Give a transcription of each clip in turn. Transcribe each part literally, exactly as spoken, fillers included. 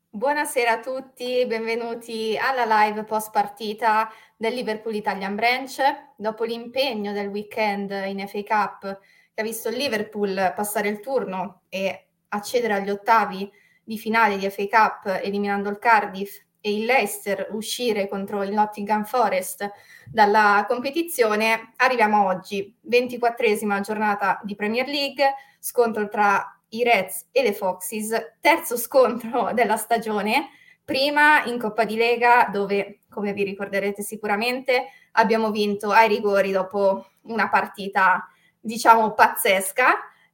Buonasera a tutti, benvenuti alla live post partita del Liverpool Italian Branch. Dopo l'impegno del weekend in F A Cup che ha visto il Liverpool passare il turno e accedere agli ottavi di finale di F A Cup eliminando il Cardiff e il Leicester uscire contro il Nottingham Forest dalla competizione, arriviamo a oggi, ventiquattresima giornata di Premier League, scontro tra i Reds e le Foxes, terzo scontro della stagione, prima in Coppa di Lega dove, come vi ricorderete sicuramente, abbiamo vinto ai rigori dopo una partita, diciamo, pazzesca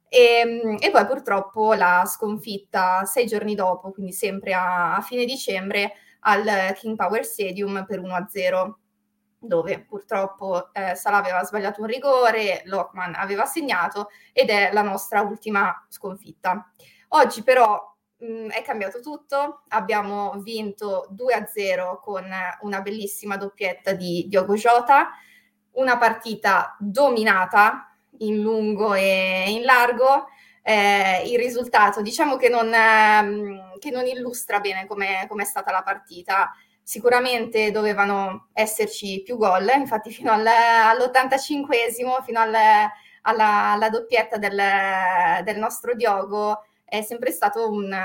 e, e poi purtroppo la sconfitta sei giorni dopo, quindi sempre a, a fine dicembre, al King Power Stadium per uno a zero, dove purtroppo eh, Salah aveva sbagliato un rigore, Lockman aveva segnato ed è la nostra ultima sconfitta. Oggi però mh, è cambiato tutto, abbiamo vinto due a zero con una bellissima doppietta di Diogo Jota, una partita dominata in lungo e in largo. Eh, il risultato diciamo che non, ehm, che non illustra bene come è stata la partita. Sicuramente dovevano esserci più gol, infatti fino al, all'ottantacinquesimo, fino al, alla, alla doppietta del, del nostro Diogo, è sempre stato un,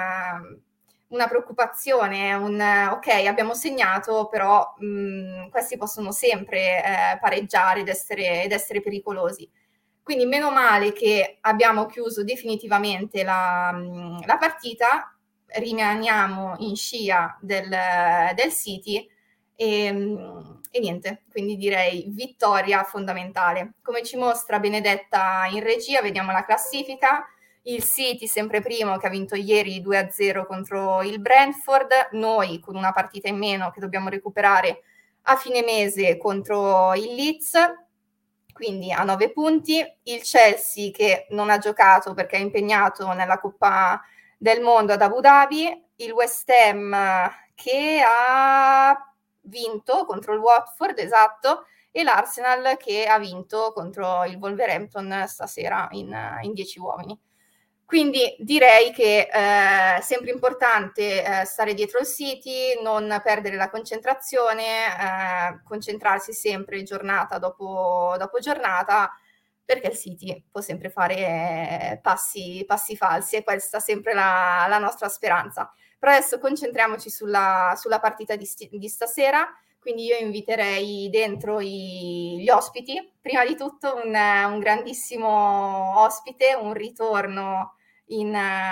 una preoccupazione, un ok, abbiamo segnato, però mh, questi possono sempre eh, pareggiare ed essere, ed essere pericolosi. Quindi meno male che abbiamo chiuso definitivamente la, la partita, rimaniamo in scia del, del City e, e niente, quindi direi vittoria fondamentale. Come ci mostra Benedetta in regia, vediamo la classifica. Il City sempre primo che ha vinto ieri due a zero contro il Brentford, noi con una partita in meno che dobbiamo recuperare a fine mese contro il Leeds, quindi a nove punti, il Chelsea che non ha giocato perché è impegnato nella Coppa del Mondo ad Abu Dhabi, il West Ham che ha vinto contro il Watford, esatto, e l'Arsenal che ha vinto contro il Wolverhampton stasera in, in dieci uomini. Quindi direi che è eh, sempre importante eh, stare dietro il City, non perdere la concentrazione, eh, concentrarsi sempre giornata dopo, dopo giornata, perché il City può sempre fare passi, passi falsi e questa è sempre la, la nostra speranza. Però adesso concentriamoci sulla, sulla partita di, sti, di stasera, quindi io inviterei dentro i, gli ospiti, prima di tutto un, un grandissimo ospite, un ritorno in,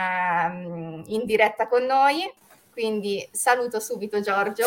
uh, in diretta con noi, quindi saluto subito Giorgio.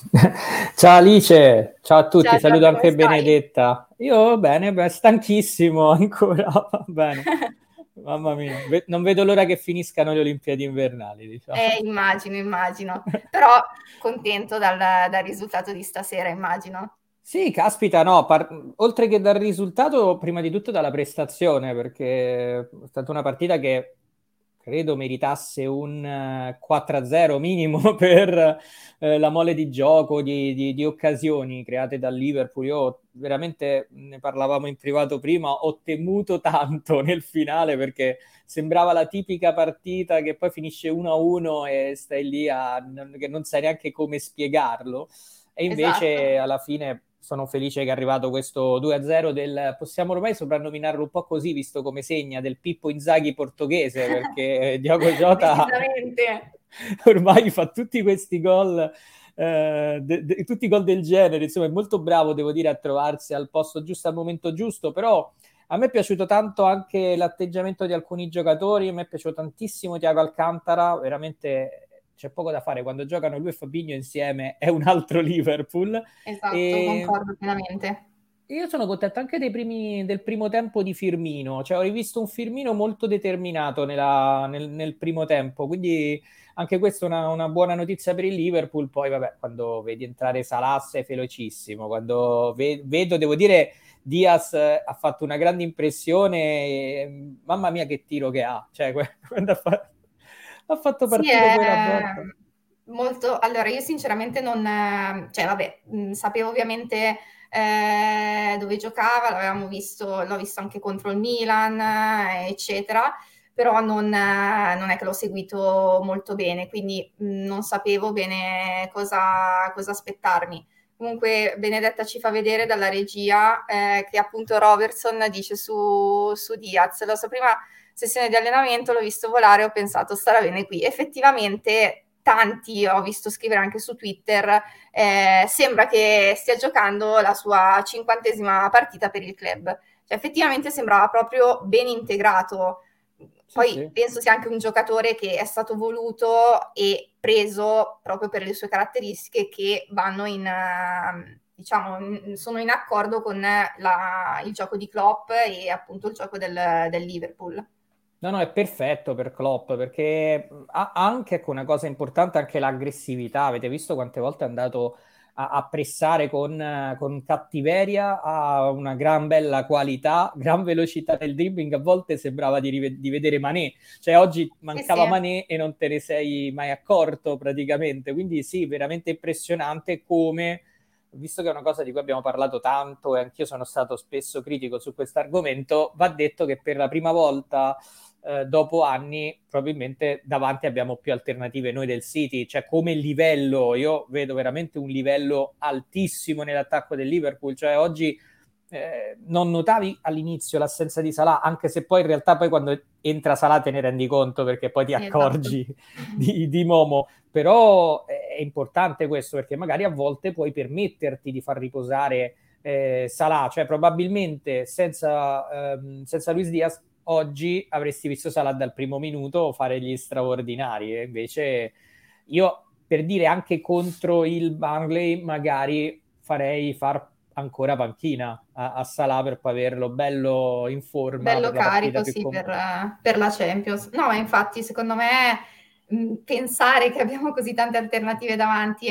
Ciao Alice, ciao a tutti, Ciao saluto Giorgio, come anche stai? Benedetta. Io bene, beh, stanchissimo ancora, va bene. Mamma mia, ve- non vedo l'ora che finiscano le Olimpiadi invernali, diciamo. Eh, immagino, immagino, però contento dal, dal risultato di stasera, immagino. Sì, caspita, no, par- oltre che dal risultato, prima di tutto dalla prestazione, perché è stata una partita che credo meritasse un eh, quattro a zero minimo per eh, la mole di gioco, di, di- di occasioni create dal Liverpool. Io veramente, ne parlavamo in privato prima, ho temuto tanto nel finale perché sembrava la tipica partita che poi finisce uno a uno e stai lì a, che non sai neanche come spiegarlo. E Esatto. invece alla fine sono felice che è arrivato questo due a zero del, possiamo ormai soprannominarlo un po' così, visto come segna, del Pippo Inzaghi portoghese, perché Diogo Jota Decisamente. ormai fa tutti questi gol, eh, de- de- tutti i gol del genere, insomma è molto bravo, devo dire, a trovarsi al posto giusto al momento giusto, però a me è piaciuto tanto anche l'atteggiamento di alcuni giocatori, a me è piaciuto tantissimo Thiago Alcantara, veramente c'è poco da fare, quando giocano lui e Fabinho insieme è un altro Liverpool. Esatto, E concordo pienamente. io sono contento anche dei primi, del primo tempo di Firmino, cioè ho rivisto un Firmino molto determinato nella- nel, nel primo tempo, quindi anche questa è una, una buona notizia per il Liverpool. Poi vabbè, quando vedi entrare Salah sei velocissimo, quando ve- vedo, devo dire, Diaz eh, ha fatto una grande impressione, e, mamma mia che tiro che ha, cioè que- quando ha, fa- ha fatto Sì, partire è quella botta. molto. Allora, io sinceramente non, eh, cioè, vabbè, mh, sapevo ovviamente eh, dove giocava, l'avevamo visto, l'ho visto anche contro il Milan, eh, eccetera. però non, eh, non è che l'ho seguito molto bene, quindi mh, non sapevo bene cosa, cosa aspettarmi. Comunque Benedetta ci fa vedere dalla regia eh, che appunto Robertson dice su, su Diaz, la sua prima sessione di allenamento l'ho visto volare e ho pensato starà bene qui. Effettivamente tanti ho visto scrivere anche su Twitter, eh, sembra che stia giocando la sua cinquantesima partita per il club. Cioè, effettivamente sembrava proprio ben integrato. Sì, Poi sì. penso sia anche un giocatore che è stato voluto e preso proprio per le sue caratteristiche che vanno in, uh, diciamo, in, sono in accordo con la, il gioco di Klopp e appunto il gioco del, del Liverpool. No, no, è perfetto per Klopp perché ha anche ecco, una cosa importante, anche l'aggressività. Avete visto quante volte è andato a, a pressare con, eh, con cattiveria, ha una gran bella qualità, gran velocità nel dribbling. A volte sembrava di, rive- di vedere Mané, cioè oggi Sì, sì. mancava Mané e non te ne sei mai accorto praticamente. Quindi sì, veramente impressionante come, visto che è una cosa di cui abbiamo parlato tanto e anch'io sono stato spesso critico su questo argomento, va detto che per la prima volta eh, dopo anni probabilmente davanti abbiamo più alternative noi del City, cioè come livello io vedo veramente un livello altissimo nell'attacco del Liverpool, cioè oggi eh, non notavi all'inizio l'assenza di Salah, anche se poi in realtà poi quando entra Salah te ne rendi conto perché poi ti Esatto. accorgi di, di Momo, però è importante questo perché magari a volte puoi permetterti di far riposare eh, Salah, cioè probabilmente senza, ehm, senza Luis Diaz oggi avresti visto Salah dal primo minuto fare gli straordinari e invece io per dire anche contro il Burnley magari farei far ancora panchina a, a Salah per poi averlo bello in forma Bello per la partita carico, più sì, per, complessa. per la Champions. No, ma infatti, secondo me, mh, pensare che abbiamo così tante alternative davanti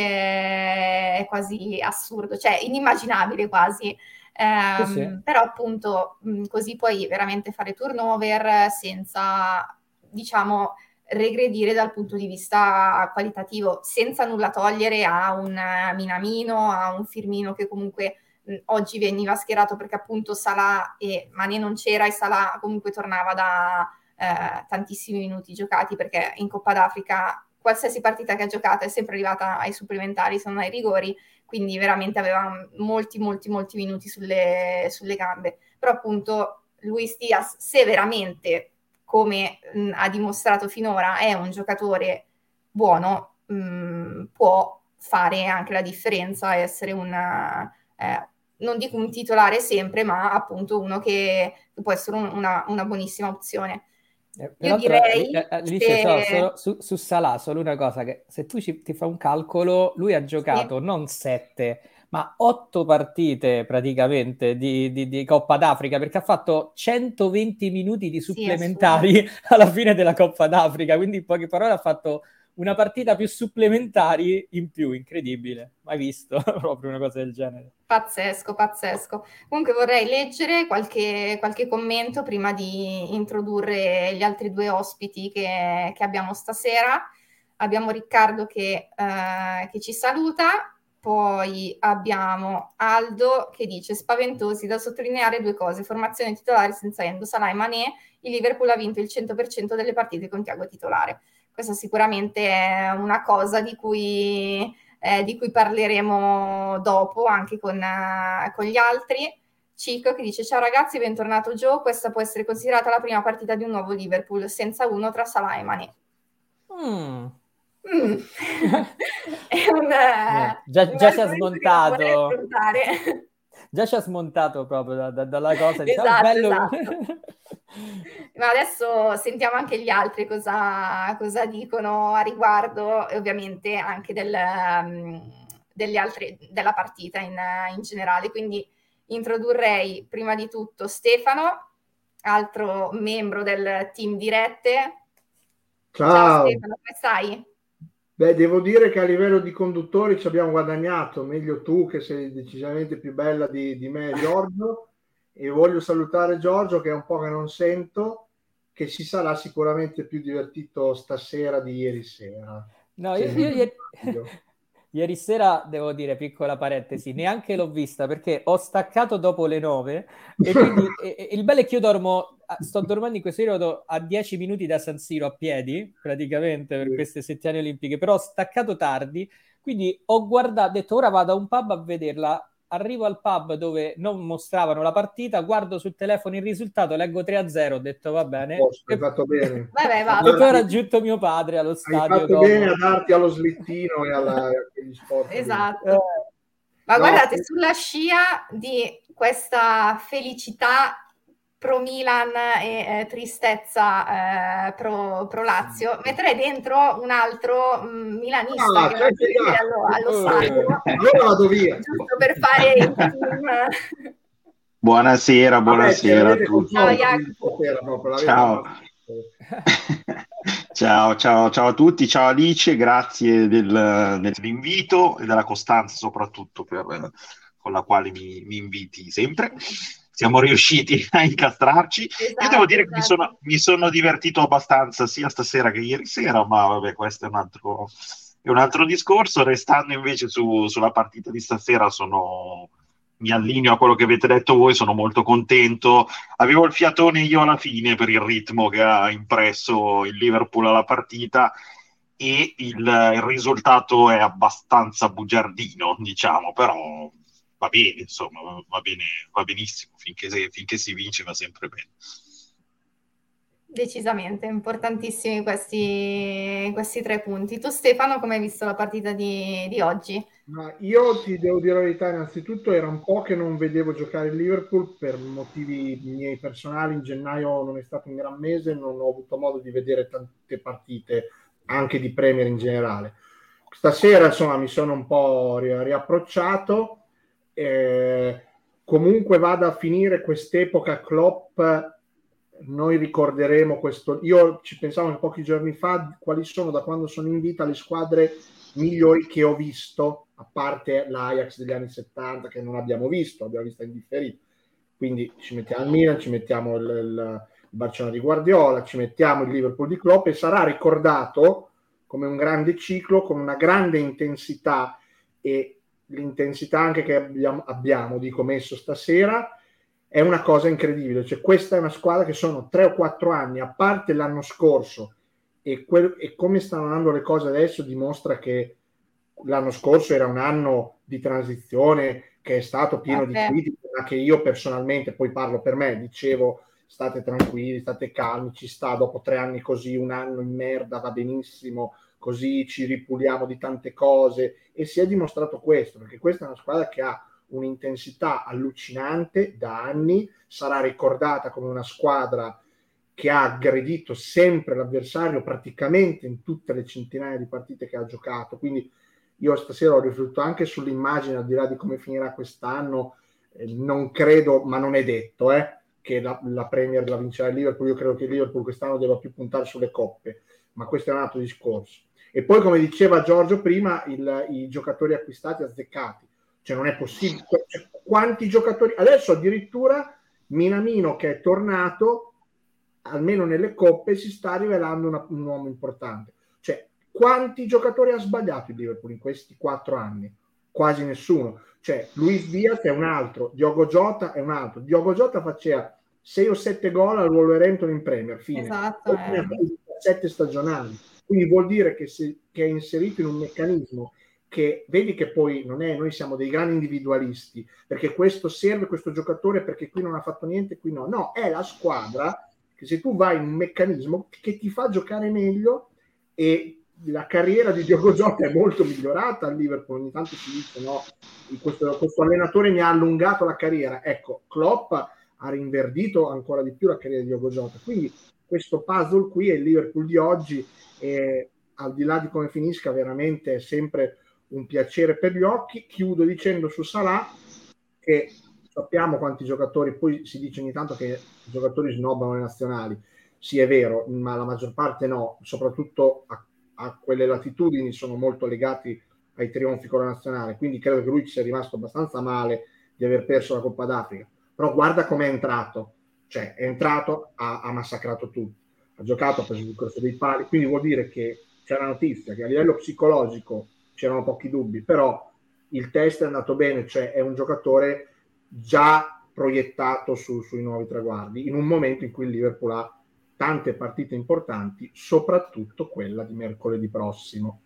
è, è quasi assurdo, cioè inimmaginabile quasi. Sì, sì. Ehm, però appunto mh, così puoi veramente fare turnover senza, diciamo, regredire dal punto di vista qualitativo, senza nulla togliere a un Minamino, a un Firmino che comunque oggi veniva schierato perché appunto Salah e Mané non c'era e Salah comunque tornava da eh, tantissimi minuti giocati perché in Coppa d'Africa qualsiasi partita che ha giocato è sempre arrivata ai supplementari, se non ai rigori, quindi veramente aveva molti molti molti minuti sulle, sulle gambe. Però appunto Luis Diaz, se veramente come mh, ha dimostrato finora è un giocatore buono, mh, può fare anche la differenza e essere una, eh, non dico un titolare sempre, ma appunto uno che può essere un- una, una buonissima opzione. Eh, Io Peraltro, eh, direi eh, Alice, so- se solo- su, su Salah, solo una cosa, che se tu ci- ti fai un calcolo, lui ha sì, giocato non sette, ma otto partite praticamente di, di- di Coppa d'Africa, perché ha fatto centoventi minuti di sì, è assurdo. supplementari alla fine della Coppa d'Africa, quindi in poche parole ha fatto una partita più supplementari in più, incredibile, mai visto proprio una cosa del genere. Pazzesco, pazzesco. Comunque vorrei leggere qualche, qualche commento prima di introdurre gli altri due ospiti che, che abbiamo stasera. Abbiamo Riccardo che, eh, che ci saluta, poi abbiamo Aldo che dice spaventosi da sottolineare due cose, formazione titolare senza Endo, Salah e Mané, il Liverpool ha vinto il cento per cento delle partite con Thiago titolare. Questa sicuramente è una cosa di cui eh, di cui parleremo dopo anche con, uh, con gli altri. Cico che dice ciao ragazzi, bentornato Joe, questa può essere considerata la prima partita di un nuovo Liverpool senza uno tra Salah e Mané. Mm. Mm. È un, Niente, uh, già, un già ci ha argomento che non vorrei smontato. affrontare. Già ci ha smontato proprio da- da- dalla cosa, dice, ah, Esatto, bello. esatto. Ma adesso sentiamo anche gli altri cosa, cosa dicono a riguardo e ovviamente anche del, um, delle altre, della partita in, in generale. Quindi introdurrei prima di tutto Stefano, altro membro del team dirette. Ciao Ciao, Stefano, come stai? beh, devo dire che a livello di conduttori ci abbiamo guadagnato, meglio tu che sei decisamente più bella di, di me, Giorgio, e voglio salutare Giorgio che è un po' che non sento, che si sarà sicuramente più divertito stasera di ieri sera. No, io, io Senti, ieri, io. Ieri sera, devo dire, piccola parentesi, neanche l'ho vista perché ho staccato dopo le nove e quindi e, e, il bello è che io dormo, sto dormendo in questo periodo a dieci minuti da San Siro a piedi, praticamente, per queste settimane olimpiche, però ho staccato tardi, quindi ho guardato, ho detto ora vado a un pub a vederla. Arrivo al pub dove non mostravano la partita, guardo sul telefono il risultato, leggo tre a zero, ho detto va bene. Oh, hai e... fatto bene. Vabbè, va. E poi ho raggiunto mio padre allo stadio. Hai fatto dopo. bene a darti allo slittino e alla, agli sport. Esatto. Eh. Ma No, guardate, sì. sulla scia di questa felicità pro Milan e eh, tristezza eh, pro, pro Lazio, metterei dentro un altro mh, milanista Ah, che va c'è a anche vedere Jacopo. allo, allo Oh. stadio. Allora vado via. Giusto per fare il team. Buonasera, Vabbè, ce buonasera a l'avete tutti. Ciao, controllo Jacopo. stasera proprio, l'avete Ciao. ciao, ciao, ciao a tutti, ciao Alice, grazie del- dell'invito e della costanza soprattutto per, con la quale mi, mi inviti sempre. Siamo riusciti a incastrarci. Esatto, Io devo dire esatto. che mi sono, mi sono divertito abbastanza sia stasera che ieri sera, ma vabbè, questo è un altro, è un altro discorso. Restando invece su- sulla partita di stasera, sono, mi allineo a quello che avete detto voi, sono molto contento. Avevo il fiatone io alla fine per il ritmo che ha impresso il Liverpool alla partita e il, il risultato è abbastanza bugiardino, diciamo, però va bene, insomma, va bene, va benissimo, finché, finché si vince va sempre bene. Decisamente, importantissimi questi, questi tre punti. Tu Stefano, come hai visto la partita di, di oggi? Ma io ti devo dire la verità, innanzitutto era un po' che non vedevo giocare il Liverpool per motivi miei personali. In gennaio non è stato un gran mese, non ho avuto modo di vedere tante partite, anche di Premier in generale. Stasera insomma mi sono un po' ri- riapprocciato. Eh, comunque vada a finire quest'epoca Klopp, noi ricorderemo questo. Io ci pensavo anche pochi giorni fa quali sono, da quando sono in vita, le squadre migliori che ho visto, a parte l'Ajax degli anni settanta che non abbiamo visto, abbiamo visto in differito. Quindi ci mettiamo il Milan, ci mettiamo il, il, il Barcellona di Guardiola, ci mettiamo il Liverpool di Klopp e sarà ricordato come un grande ciclo, con una grande intensità, e l'intensità anche che abbiamo, abbiamo dico messo stasera è una cosa incredibile. Cioè, questa è una squadra che sono tre o quattro anni, a parte l'anno scorso, e, quel, e come stanno andando le cose adesso dimostra che l'anno scorso era un anno di transizione che è stato pieno Ah, di beh. critiche, ma che io personalmente, poi parlo per me, dicevo state tranquilli, state calmi, ci sta, dopo tre anni così, un anno in merda va benissimo, così ci ripuliamo di tante cose, e si è dimostrato questo, perché questa è una squadra che ha un'intensità allucinante da anni, sarà ricordata come una squadra che ha aggredito sempre l'avversario praticamente in tutte le centinaia di partite che ha giocato. Quindi io stasera ho riflettuto anche sull'immagine, al di là di come finirà quest'anno, eh, non credo, ma non è detto eh, che la, la Premier la vincerà il Liverpool. Io credo che il Liverpool quest'anno debba più puntare sulle coppe, ma questo è un altro discorso. E poi, come diceva Giorgio prima, il, i giocatori acquistati azzeccati, cioè non è possibile, cioè, quanti giocatori adesso, addirittura Minamino che è tornato almeno nelle coppe si sta rivelando una, un uomo importante. Cioè, quanti giocatori ha sbagliato il Liverpool in questi quattro anni? Quasi nessuno. Cioè, Luis Diaz è un altro, Diogo Jota è un altro. Diogo Jota faceva sei o sette gol al Wolverhampton in Premier, fine. Esatto, eh. sette stagionali. Quindi vuol dire che, se, che è inserito in un meccanismo che vedi che poi non è, noi siamo dei grandi individualisti, perché questo serve, questo giocatore, perché qui non ha fatto niente, qui no. No, è la squadra che se tu vai in un meccanismo che ti fa giocare meglio, e la carriera di Diogo Jota è molto migliorata al Liverpool. Ogni tanto si dice no, questo, questo allenatore mi ha allungato la carriera. Ecco, Klopp ha rinverdito ancora di più la carriera di Diogo Jota. Quindi questo puzzle qui è il Liverpool di oggi, e al di là di come finisca veramente è sempre un piacere per gli occhi. Chiudo dicendo su Salah che sappiamo quanti giocatori, poi si dice ogni tanto che i giocatori snobbano le nazionali, sì è vero, ma la maggior parte no, soprattutto a, a quelle latitudini sono molto legati ai trionfi con la nazionale, quindi credo che lui ci sia rimasto abbastanza male di aver perso la Coppa d'Africa, però guarda com'è entrato, cioè è entrato, ha, ha massacrato tutti, ha giocato, ha preso il corso dei pali, quindi vuol dire che c'è la notizia che a livello psicologico c'erano pochi dubbi, però il test è andato bene, cioè è un giocatore già proiettato su, sui nuovi traguardi, in un momento in cui il Liverpool ha tante partite importanti, soprattutto quella di mercoledì prossimo.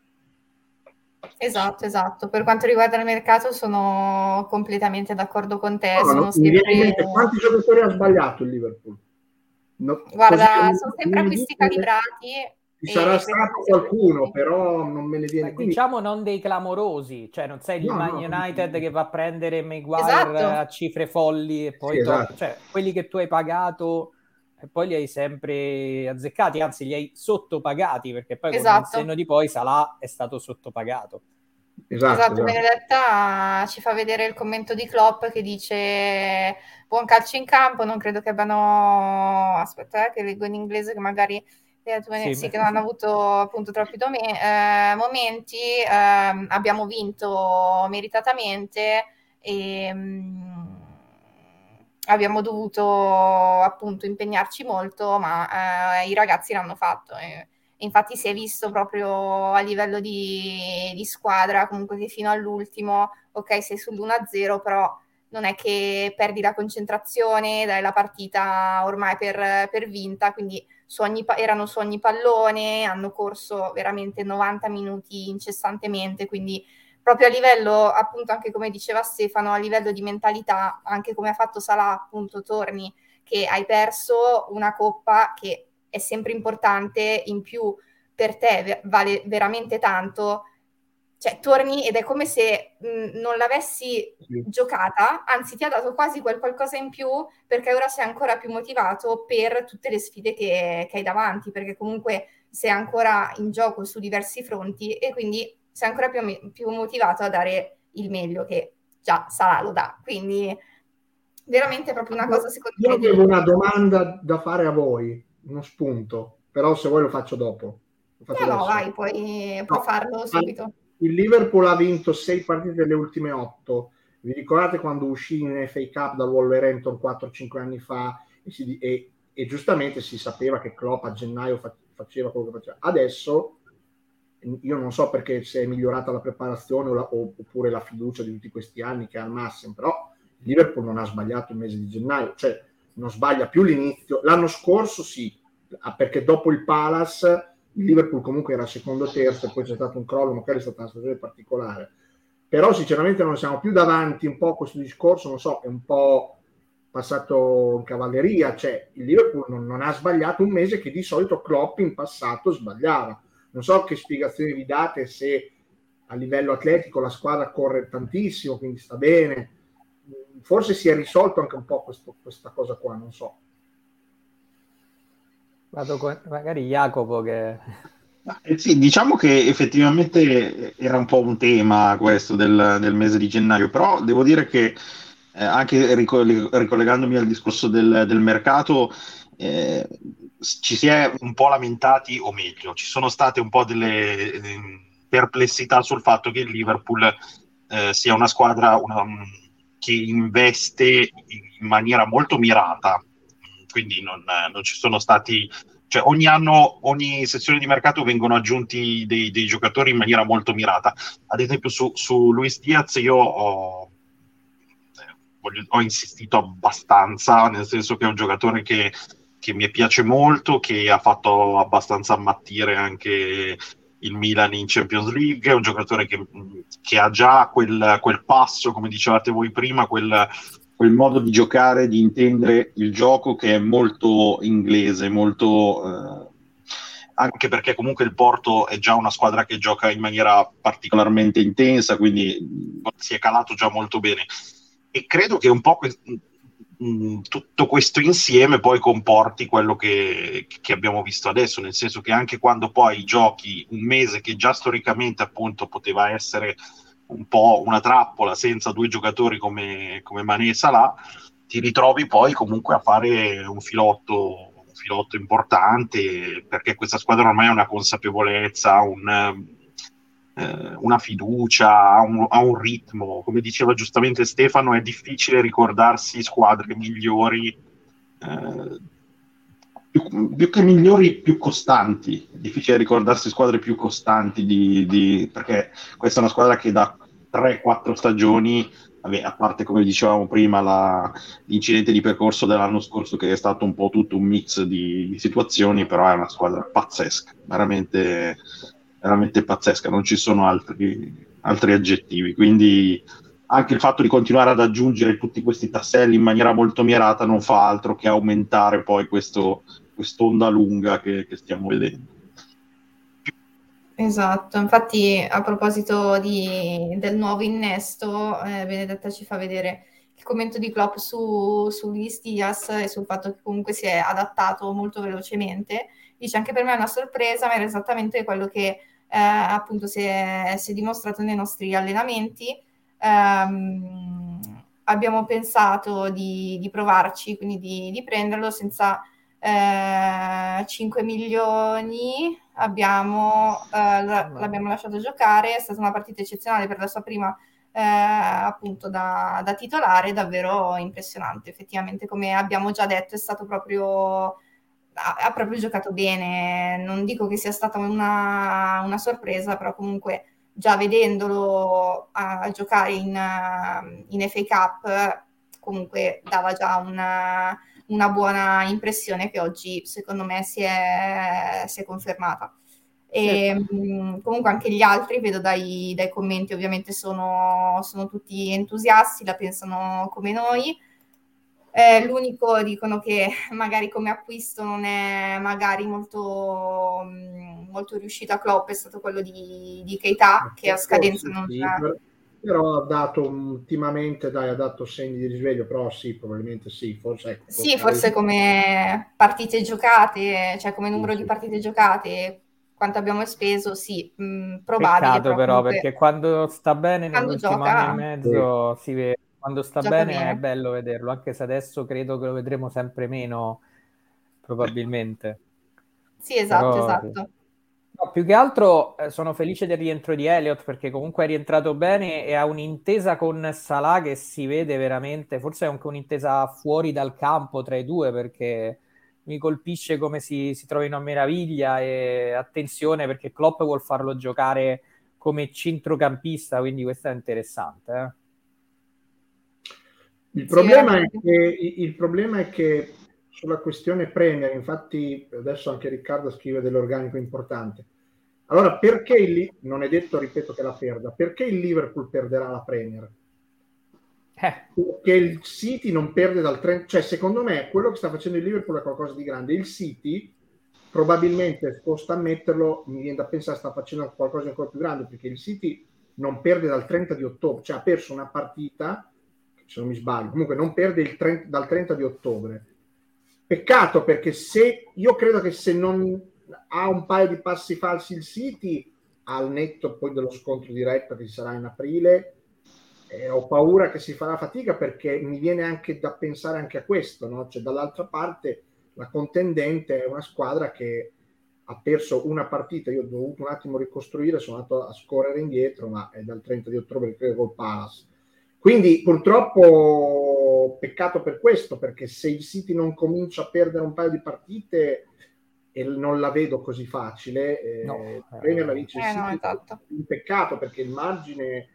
Esatto, esatto. Per quanto riguarda il mercato sono completamente d'accordo con te. No, sono non mi viene in sempre... mente quanti giocatori ha sbagliato il Liverpool? No, Guarda, così, sono sempre acquisti mi- calibrati. Ci e sarà questi stato sono qualcuno, sempre- però non me ne viene. Beh, Quindi, diciamo non dei clamorosi, cioè non sei il no, Man no, United no. che va a prendere Maguire Esatto. a cifre folli e poi Sì, to- esatto. cioè quelli che tu hai pagato e poi li hai sempre azzeccati, anzi li hai sottopagati, perché poi con il Esatto. senno di poi Salah è stato sottopagato. Esatto, Esatto, esatto. Benedetta ci fa vedere il commento di Klopp che dice buon calcio in campo, non credo che abbiano, aspetta eh, che leggo in inglese che magari eh, Sì, sì, beh. che non hanno avuto appunto troppi dome- eh, momenti, ehm, abbiamo vinto meritatamente e mm, abbiamo dovuto appunto impegnarci molto, ma eh, i ragazzi l'hanno fatto. E, infatti si è visto proprio a livello di, di squadra comunque che fino all'ultimo, ok, sei sull'uno a zero, però non è che perdi la concentrazione, dai la partita ormai per, per vinta, quindi su ogni, erano su ogni pallone, hanno corso veramente novanta minuti incessantemente, quindi proprio a livello, appunto, anche come diceva Stefano, a livello di mentalità, anche come ha fatto Salah, appunto, torni che hai perso una coppa che è sempre importante, in più per te vale veramente tanto, cioè torni ed è come se mh, non l'avessi Sì. giocata, anzi ti ha dato quasi quel qualcosa in più perché ora sei ancora più motivato per tutte le sfide che, che hai davanti, perché comunque sei ancora in gioco su diversi fronti e quindi sei ancora più, più motivato a dare il meglio che già Salah lo dà, quindi veramente proprio una cosa secondo Io me avevo di... una domanda da fare a voi, uno spunto, però se vuoi lo faccio dopo. Lo faccio No, no, adesso. vai, puoi, puoi No, farlo subito. Il Liverpool ha vinto sei partite delle ultime otto. Vi ricordate quando uscì in F A Cup dal Wolverhampton quattro cinque anni fa e, si, e, e giustamente si sapeva che Klopp a gennaio fa, faceva quello che faceva. Adesso io non so perché se è migliorata la preparazione o la, o, oppure la fiducia di tutti questi anni che ha al massimo, però il Liverpool non ha sbagliato il mese di gennaio, cioè non sbaglia più l'inizio. L'anno scorso sì, perché dopo il Palace il Liverpool comunque era secondo o terzo e poi c'è stato un crollo, magari è stata una stagione particolare, però sinceramente non siamo più davanti un po' a questo discorso, non so, è un po' passato in cavalleria, cioè il Liverpool non, non ha sbagliato un mese che di solito Klopp in passato sbagliava. Non so che spiegazioni vi date, se a livello atletico la squadra corre tantissimo, quindi sta bene, forse si è risolto anche un po' questo, questa cosa qua, non so. Vado con magari Jacopo che... Eh sì, diciamo che effettivamente era un po' un tema questo del, del mese di gennaio, però devo dire che eh, anche ricoll- ricollegandomi al discorso del, del mercato, eh, ci si è un po' lamentati, o meglio, ci sono state un po' delle eh, perplessità sul fatto che il Liverpool eh, sia una squadra una, che investe in maniera molto mirata, quindi non, non ci sono stati... Cioè ogni anno, ogni sessione di mercato vengono aggiunti dei, dei giocatori in maniera molto mirata. Ad esempio su, su Luis Diaz io ho, voglio, ho insistito abbastanza, nel senso che è un giocatore che, che mi piace molto, che ha fatto abbastanza ammattire anche il Milan in Champions League, è un giocatore che, che ha già quel, quel passo, come dicevate voi prima, quel, quel modo di giocare, di intendere il gioco che è molto inglese, molto eh, anche perché comunque il Porto è già una squadra che gioca in maniera particolarmente intensa, quindi si è calato già molto bene. E credo che un po' que- mh, tutto questo insieme poi comporti quello che, che abbiamo visto adesso, nel senso che anche quando poi giochi un mese che già storicamente appunto poteva essere un po' una trappola senza due giocatori come, come Mané e Salah, ti ritrovi poi comunque a fare un filotto, un filotto importante, perché questa squadra ormai ha una consapevolezza, un, eh, una fiducia, ha un, ha un ritmo. Come diceva giustamente Stefano, è difficile ricordarsi squadre migliori eh, più, più che migliori, più costanti. È difficile ricordarsi squadre più costanti di, di- perché questa è una squadra che da tre quattro stagioni, vabbè, a parte come dicevamo prima la- l'incidente di percorso dell'anno scorso che è stato un po' tutto un mix di, di situazioni, però è una squadra pazzesca, veramente, veramente pazzesca, non ci sono altri, altri aggettivi, quindi anche il fatto di continuare ad aggiungere tutti questi tasselli in maniera molto mirata non fa altro che aumentare poi questo, quest'onda lunga che, che stiamo vedendo. Esatto, infatti a proposito di, del nuovo innesto, eh, Benedetta ci fa vedere il commento di Klopp su, su Luis Diaz e sul fatto che comunque si è adattato molto velocemente. Dice anche per me è una sorpresa, ma era esattamente quello che eh, appunto si è, si è dimostrato nei nostri allenamenti. Um, abbiamo pensato di, di provarci, quindi di, di prenderlo senza eh, cinque milioni. Abbiamo, eh, l'abbiamo lasciato giocare, è stata una partita eccezionale per la sua prima eh, appunto da, da titolare, davvero impressionante. Effettivamente, come abbiamo già detto, è stato proprio ha, ha proprio giocato bene. Non dico che sia stata una, una sorpresa, però comunque già vedendolo a, a giocare in, in F A Cup comunque dava già una, una buona impressione che oggi secondo me si è, si è confermata. E sì. Comunque anche gli altri, vedo dai, dai commenti, ovviamente sono, sono tutti entusiasti, la pensano come noi. Eh, l'unico dicono che magari come acquisto non è magari molto, molto riuscito a Klopp è stato quello di, di Keita, che a scadenza non sì, però ha dato ultimamente dai, ha dato segni di risveglio, però sì, probabilmente sì, forse ecco, sì, forse come partite giocate, cioè come numero sì, di partite sì. giocate, quanto abbiamo speso, sì, mh, probabile. Peccato però, comunque, perché quando sta bene quando nell'ultimo gioca, anno e mezzo sì. si vede, quando sta gioca bene, bene. È bello vederlo, anche se adesso credo che lo vedremo sempre meno, probabilmente. Sì, esatto, però, esatto. Sì. No, più che altro eh, sono felice del rientro di Elliott, perché comunque è rientrato bene e ha un'intesa con Salah che si vede veramente, forse è anche un'intesa fuori dal campo tra i due, perché mi colpisce come si, si trovino a meraviglia. E attenzione, perché Klopp vuol farlo giocare come centrocampista, quindi questo è interessante. Eh? Il, problema è che, il problema è che sulla questione Premier, infatti adesso anche Riccardo scrive dell'organico importante. Allora, perché il, non è detto, ripeto, che la perda, perché il Liverpool perderà la Premier? Eh. Perché il City non perde dal trenta, cioè secondo me quello che sta facendo il Liverpool è qualcosa di grande. Il City probabilmente, sposta a metterlo, mi viene da pensare sta facendo qualcosa di ancora più grande, perché il City non perde dal trenta di ottobre, cioè ha perso una partita, se non mi sbaglio, comunque non perde il trenta, dal trenta di ottobre. Peccato, perché se io credo che se non ha un paio di passi falsi il City, al netto poi dello scontro diretto che ci sarà in aprile, eh, ho paura che si farà fatica, perché mi viene anche da pensare anche a questo, no? Cioè dall'altra parte la contendente è una squadra che ha perso una partita, io ho dovuto un attimo ricostruire, sono andato a scorrere indietro, ma è dal trenta di ottobre credo col Palace. Quindi purtroppo peccato per questo, perché se il City non comincia a perdere un paio di partite, e non la vedo così facile, eh, no, Premier la vince il eh, City, no, esatto. un peccato, perché il margine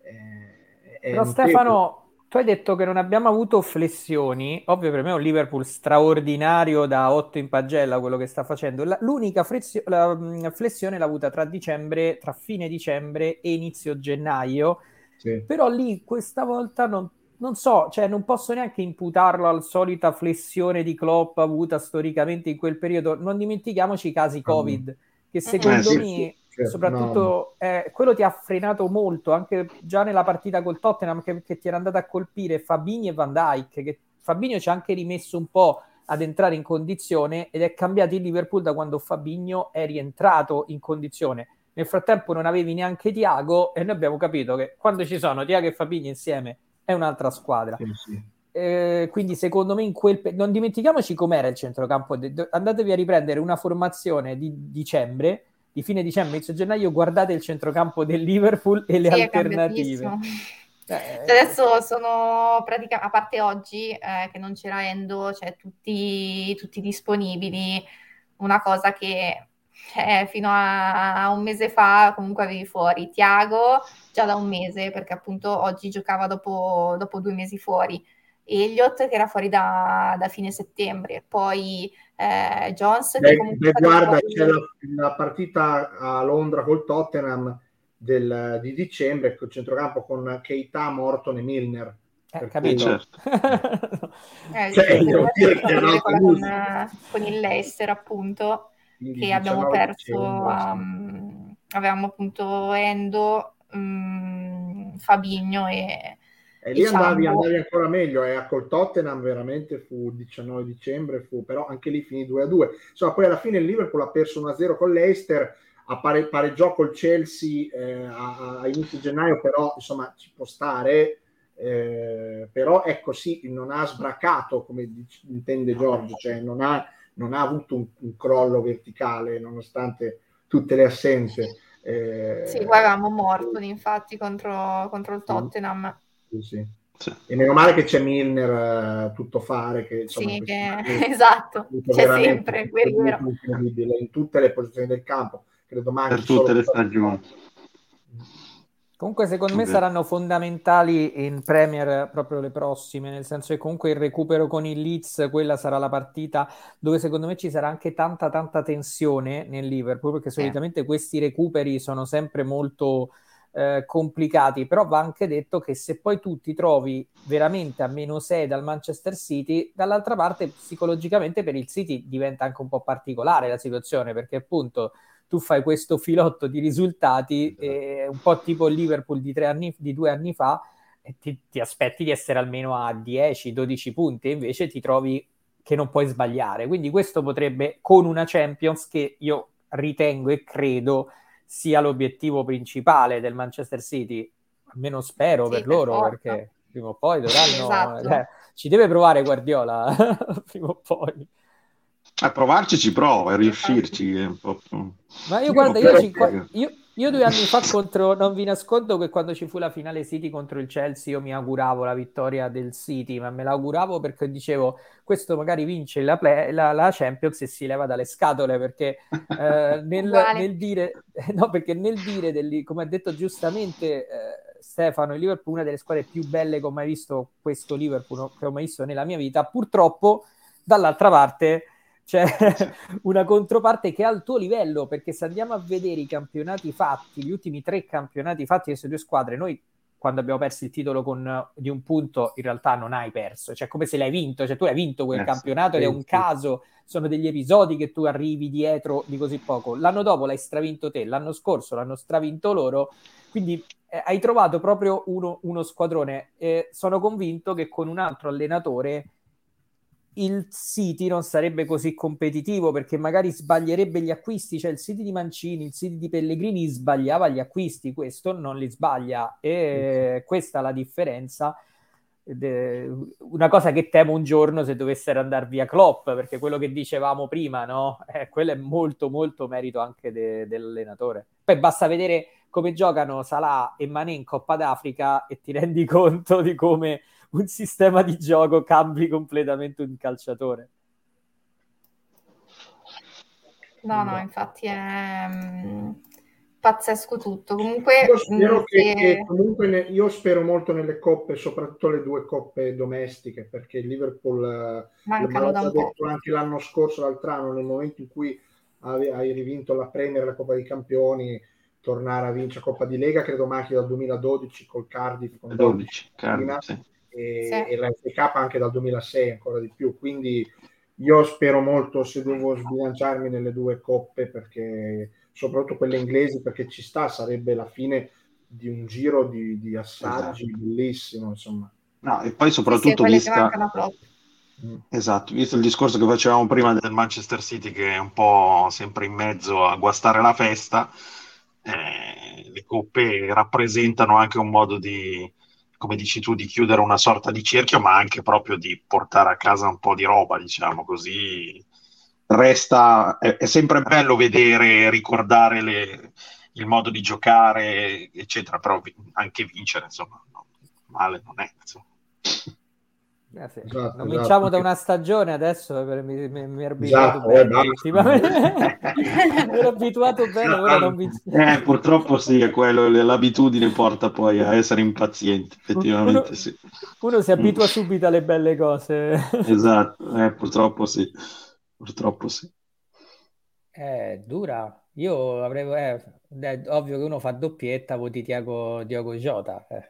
eh, è però Stefano, tu hai detto che non abbiamo avuto flessioni. Ovvio, per me è un Liverpool straordinario da otto in pagella quello che sta facendo. La, l'unica flessio, la, mh, flessione l'ha avuta tra dicembre, tra fine dicembre e inizio gennaio. Sì. Però lì questa volta non, non so, cioè non posso neanche imputarlo alla solita flessione di Klopp avuta storicamente in quel periodo. Non dimentichiamoci i casi Covid, che secondo eh, sì, me... Sì. Certo, soprattutto no. eh, quello ti ha frenato molto anche già nella partita col Tottenham, che, che ti era andato a colpire Fabinho e Van Dijk, che Fabinho ci ha anche rimesso un po' ad entrare in condizione, ed è cambiato il Liverpool da quando Fabinho è rientrato in condizione. Nel frattempo non avevi neanche Thiago, e noi abbiamo capito che quando ci sono Thiago e Fabinho insieme è un'altra squadra. Sì, sì. Eh, quindi secondo me in quel pe- non dimentichiamoci com'era il centrocampo. Andatevi a riprendere una formazione di dicembre, di fine dicembre, inizio gennaio, guardate il centrocampo del Liverpool e le sì, alternative. Eh, Cioè, adesso sono praticamente, a parte oggi eh, che non c'era Endo, cioè tutti, tutti disponibili, una cosa che eh, fino a, a un mese fa comunque avevi fuori Thiago già da un mese, perché appunto oggi giocava dopo, dopo due mesi fuori, Elliott che era fuori da, da fine settembre, poi eh, Jones che Beh, comunque beh, è stato guarda, fuori. c'è la, la partita a Londra col Tottenham del, di dicembre, col centrocampo con Keita, Morton e Milner. Eh, Per Eh, cui, capito? certo. Eh, cioè, sì, devo doveva dire che è vedere un'altra quella con, musica. con il Leicester, appunto, Quindi che abbiamo diciannove perso. dicembre, sì. um, avevamo appunto Endo, um, Fabinho e, E e lì andavi, Ciambo. andavi ancora meglio, e eh, col Tottenham veramente fu diciannove dicembre, fu, però anche lì finì due a due. Insomma, poi alla fine il Liverpool ha perso uno a zero con l'Eister, a pare, pareggiò col Chelsea eh, a, a inizio gennaio, però insomma ci può stare, eh, però ecco sì, non ha sbracato come dice, intende Giorgio, cioè non ha, non ha avuto un, un crollo verticale nonostante tutte le assenze. Eh, Sì, poi avevamo Morton, infatti, contro, contro il sì, Tottenham. sì, sì. Sì. E meno male che c'è Milner, uh, tutto fare, che insomma Sì, in questi che... anni esatto, è c'è veramente sempre, guerriero. incredibile in tutte le posizioni del campo. Credo Per manchi tutte solo le stagioni. Comunque secondo me Ok. saranno fondamentali in Premier proprio le prossime, nel senso che comunque il recupero con il Leeds, quella sarà la partita dove secondo me ci sarà anche tanta tanta tensione nel Liverpool, perché Sì. solitamente questi recuperi sono sempre molto eh, complicati, però va anche detto che se poi tu ti trovi veramente a meno sei dal Manchester City, dall'altra parte psicologicamente per il City diventa anche un po' particolare la situazione, perché appunto tu fai questo filotto di risultati, eh, un po' tipo il Liverpool di, tre anni, di due anni fa, e ti, ti aspetti di essere almeno a dieci dodici punti, e invece ti trovi che non puoi sbagliare. Quindi questo potrebbe, con una Champions che io ritengo e credo sia l'obiettivo principale del Manchester City, almeno spero Sì, per per loro, forza. perché prima o poi Sì, dovranno... esatto. Eh, ci deve provare Guardiola, prima o poi. A provarci ci prova, a riuscirci è un po'... Ma io Io guarda, io, spero cinqua- che io, io due anni fa contro, non vi nascondo che quando ci fu la finale City contro il Chelsea io mi auguravo la vittoria del City, ma me l'auguravo perché dicevo questo magari vince la, play- la, la Champions e si leva dalle scatole, perché eh, nel, Uguale. nel dire, no, perché nel dire, del, come ha detto giustamente eh, Stefano, il Liverpool è una delle squadre più belle che ho mai visto, questo Liverpool che ho mai visto nella mia vita, purtroppo dall'altra parte c'è una controparte che è al tuo livello, perché se andiamo a vedere i campionati fatti, gli ultimi tre campionati fatti di queste due squadre, noi quando abbiamo perso il titolo con, di un punto in realtà non hai perso, cioè come se l'hai vinto, cioè tu hai vinto quel Eh, campionato ed è un caso, sono degli episodi che tu arrivi dietro di così poco, l'anno dopo l'hai stravinto te, l'anno scorso l'hanno stravinto loro, quindi eh, hai trovato proprio uno, uno squadrone e sono convinto che con un altro allenatore il City non sarebbe così competitivo, perché magari sbaglierebbe gli acquisti, cioè il City di Mancini, il City di Pellegrini sbagliava gli acquisti, questo non li sbaglia, e questa è la differenza. Una cosa che temo un giorno se dovessero andare via Klopp, perché quello che dicevamo prima, no? Eh, quello è molto molto merito anche de- dell'allenatore. Poi basta vedere come giocano Salah e Mané in Coppa d'Africa e ti rendi conto di come un sistema di gioco cambi completamente un calciatore. No, no, infatti è mh, pazzesco tutto. Comunque, Io mh, spero che, che se... comunque ne, io spero molto nelle coppe, soprattutto le due coppe domestiche, perché il Liverpool, eh, mancano l'ho da già un po'. detto anche l'anno scorso, l'altro anno, nel momento in cui hai, hai rivinto la Premier, la Coppa dei Campioni, tornare a vincere Coppa di Lega, credo manchi dal duemiladodici col Cardiff con dodici, Cardiff, sì. e, Sì. e la F A Cup anche dal duemilasei, ancora di più. Quindi io spero molto, se devo sbilanciarmi nelle due coppe, perché soprattutto quelle inglesi, perché ci sta, sarebbe la fine di un giro di, di assaggi esatto. Bellissimo, insomma. No, e poi Sì, sì, soprattutto quelle che vista... mancano proprio. Mm. Esatto, visto il discorso che facevamo prima del Manchester City, che è un po' sempre in mezzo a guastare la festa, eh, le coppe rappresentano anche un modo di, come dici tu, di chiudere una sorta di cerchio, ma anche proprio di portare a casa un po' di roba, diciamo così. Resta, è, è sempre bello vedere, ricordare le, il modo di giocare, eccetera, però anche vincere, insomma, no. male non è, insomma. Eh sì. Esatto, non esatto. vinciamo da una stagione, adesso mi, mi, mi ero abituato Esatto, bene eh, ultimamente. Mi ero abituato bene, ora non vinciamo. Eh, purtroppo sì, è quello, l'abitudine porta poi a essere impazienti, effettivamente Uno, sì. uno si abitua subito alle belle cose. Esatto, eh, purtroppo sì, purtroppo sì. È dura. Io avrei, eh, è ovvio che uno fa doppietta, voti Tiago, Diogo Jota. Eh.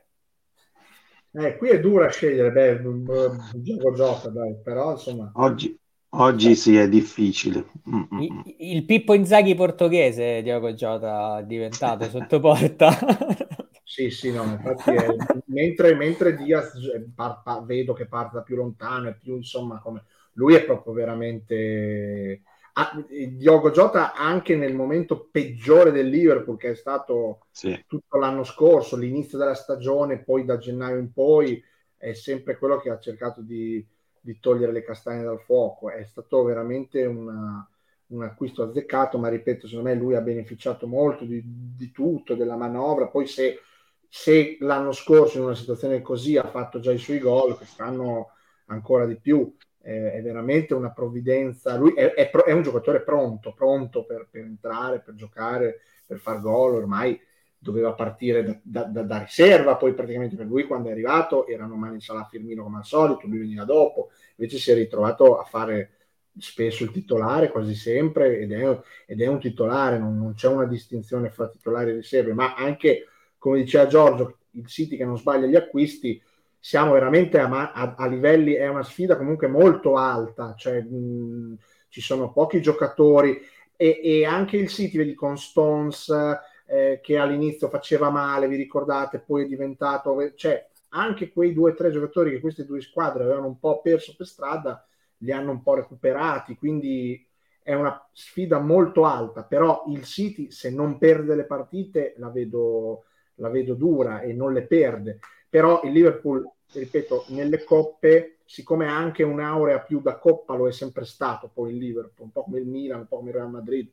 Eh, qui è dura scegliere, beh, gioco gioca, dai, però insomma. Oggi, oggi sì, è difficile. I- Mm-mm. Il Pippo Inzaghi portoghese, Diogo Jota, è diventato sotto porta. Sì, sì, no, infatti è, mentre, mentre Diaz eh, par- par- vedo che parte da più lontano e più insomma come lui è proprio veramente ah, Diogo Jota anche nel momento peggiore del Liverpool che è stato Sì. tutto l'anno scorso, l'inizio della stagione, poi da gennaio in poi è sempre quello che ha cercato di, di togliere le castagne dal fuoco, è stato veramente una, un acquisto azzeccato, ma ripeto, secondo me lui ha beneficiato molto di, di tutto, della manovra, poi se se l'anno scorso in una situazione così ha fatto già i suoi gol, quest'anno ancora di più, eh, è veramente una provvidenza, lui è, è, è un giocatore pronto, pronto per, per entrare, per giocare, per far gol, ormai doveva partire da, da, da, da riserva, poi praticamente per lui quando è arrivato erano Mane, Salah, Firmino come al solito, lui veniva dopo, invece si è ritrovato a fare spesso il titolare, quasi sempre, ed è, ed è un titolare, non, non c'è una distinzione fra titolari e riserve, ma anche come diceva Giorgio, il City che non sbaglia gli acquisti, siamo veramente a, a, a livelli, è una sfida comunque molto alta, cioè mh, ci sono pochi giocatori e, e anche il City, vedi con Stones eh, che all'inizio faceva male, vi ricordate, poi è diventato, cioè anche quei due o tre giocatori che queste due squadre avevano un po' perso per strada, li hanno un po' recuperati, quindi è una sfida molto alta, però il City se non perde le partite la vedo la vedo dura e non le perde, però il Liverpool, ripeto, nelle coppe, siccome ha anche un'aurea più da coppa, lo è sempre stato poi il Liverpool, un po' come il Milan, un po' come il Real Madrid,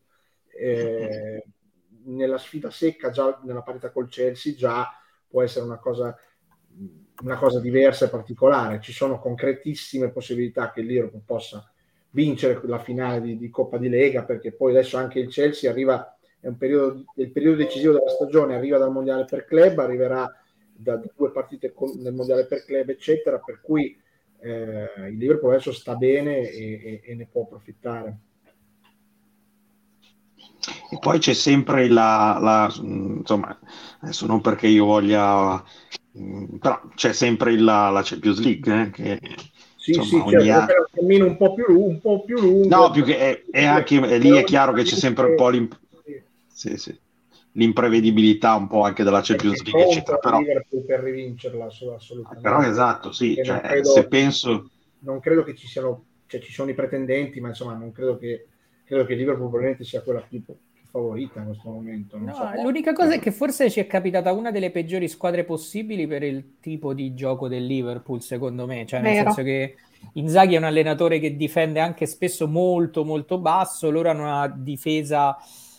eh, nella sfida secca, già nella parità col Chelsea, già può essere una cosa, una cosa diversa e particolare, ci sono concretissime possibilità che il Liverpool possa vincere la finale di, di Coppa di Lega, perché poi adesso anche il Chelsea arriva è un periodo, il periodo decisivo della stagione, arriva dal mondiale per club, arriverà da due partite con, nel mondiale per club, eccetera, per cui eh, il Liverpool adesso sta bene e, e, e ne può approfittare. E poi c'è sempre la, la insomma, adesso non perché io voglia, però c'è sempre la, la Champions League, eh, che sì, insomma, sì, certo, anno... è un cammino un po' più lungo, un po' più lungo. No, più che è, è anche è lì è chiaro che c'è sempre un po' l'imp... sì. Sì, sì. l'imprevedibilità un po' anche della Champions League, eccetera. Però, Liverpool per rivincerla assolutamente. Però esatto, sì, cioè, credo, se penso... Non credo che ci siano, cioè ci sono i pretendenti, ma insomma non credo che, credo che Liverpool probabilmente sia quella più, più favorita in questo momento. Non No, so. l'unica cosa è che forse ci è capitata una delle peggiori squadre possibili per il tipo di gioco del Liverpool, secondo me, cioè nel Vero. senso che Inzaghi è un allenatore che difende anche spesso molto molto basso, loro hanno una difesa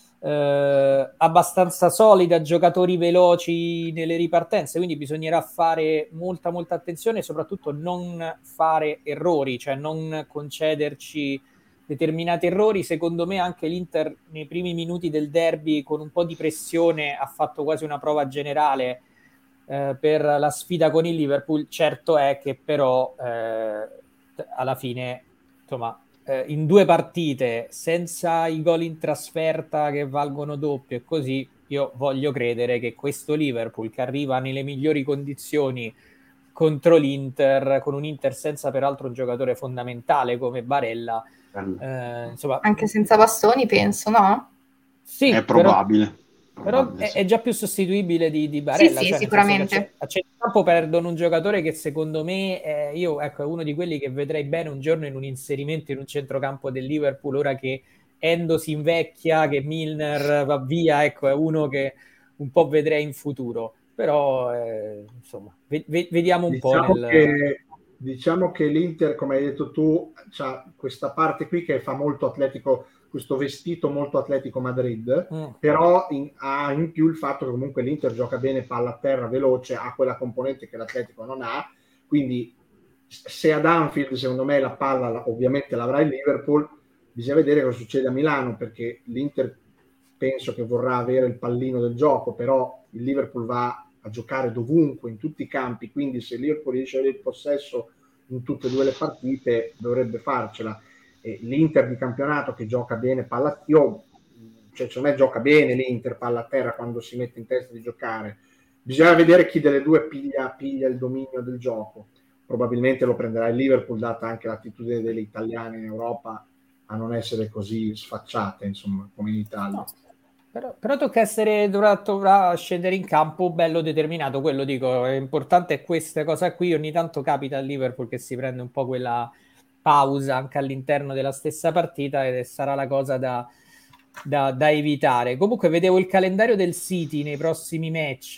eh, abbastanza solida, giocatori veloci nelle ripartenze, quindi bisognerà fare molta molta attenzione e soprattutto non fare errori, cioè non concederci determinati errori. Secondo me anche l'Inter nei primi minuti del derby con un po' di pressione ha fatto quasi una prova generale eh, per la sfida con il Liverpool. Certo è che però eh, alla fine insomma eh, in due partite senza i gol in trasferta che valgono doppio e così, io voglio credere che questo Liverpool che arriva nelle migliori condizioni contro l'Inter, con un Inter senza peraltro un giocatore fondamentale come Barella, eh, insomma, anche senza bastoni penso, no? Sì, è probabile. Però, però è, sì. è già più sostituibile di, di Barella. Sì, sì, cioè, sicuramente. A centrocampo perdono un giocatore che secondo me eh, io ecco, è uno di quelli che vedrei bene un giorno in un inserimento in un centrocampo del Liverpool, ora che Endo si invecchia, che Milner va via, ecco, è uno che un po' vedrei in futuro. Però eh, insomma, ve- ve- vediamo un diciamo po' nel... Che, diciamo che l'Inter, come hai detto tu, c'ha questa parte qui che fa molto Atletico questo vestito molto Atletico Madrid, Mm. però in, ha in più il fatto che comunque l'Inter gioca bene palla a terra, veloce, ha quella componente che l'Atletico non ha, quindi se ad Anfield secondo me la palla ovviamente l'avrà il Liverpool, bisogna vedere cosa succede a Milano, perché l'Inter penso che vorrà avere il pallino del gioco, però il Liverpool va a giocare dovunque, in tutti i campi, quindi se il Liverpool riesce a avere il possesso in tutte e due le partite dovrebbe farcela. E l'Inter di campionato che gioca bene palla, io, cioè secondo me gioca bene l'Inter palla a terra quando si mette in testa di giocare, bisogna vedere chi delle due piglia, piglia il dominio del gioco. Probabilmente lo prenderà il Liverpool, data anche l'attitudine delle italiane in Europa a non essere così sfacciate, insomma, come in Italia. No. Però, però tocca essere, dovrà, dovrà scendere in campo bello determinato, quello dico, è importante questa cosa qui, ogni tanto capita al Liverpool che si prende un po' quella pausa anche all'interno della stessa partita ed sarà la cosa da, da, da evitare. Comunque vedevo il calendario del City nei prossimi match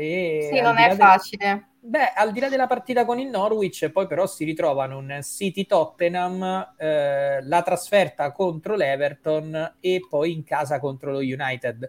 e sì, non è facile. Beh, al di là della partita con il Norwich, poi però si ritrovano un City-Tottenham, eh, la trasferta contro l'Everton e poi in casa contro lo United.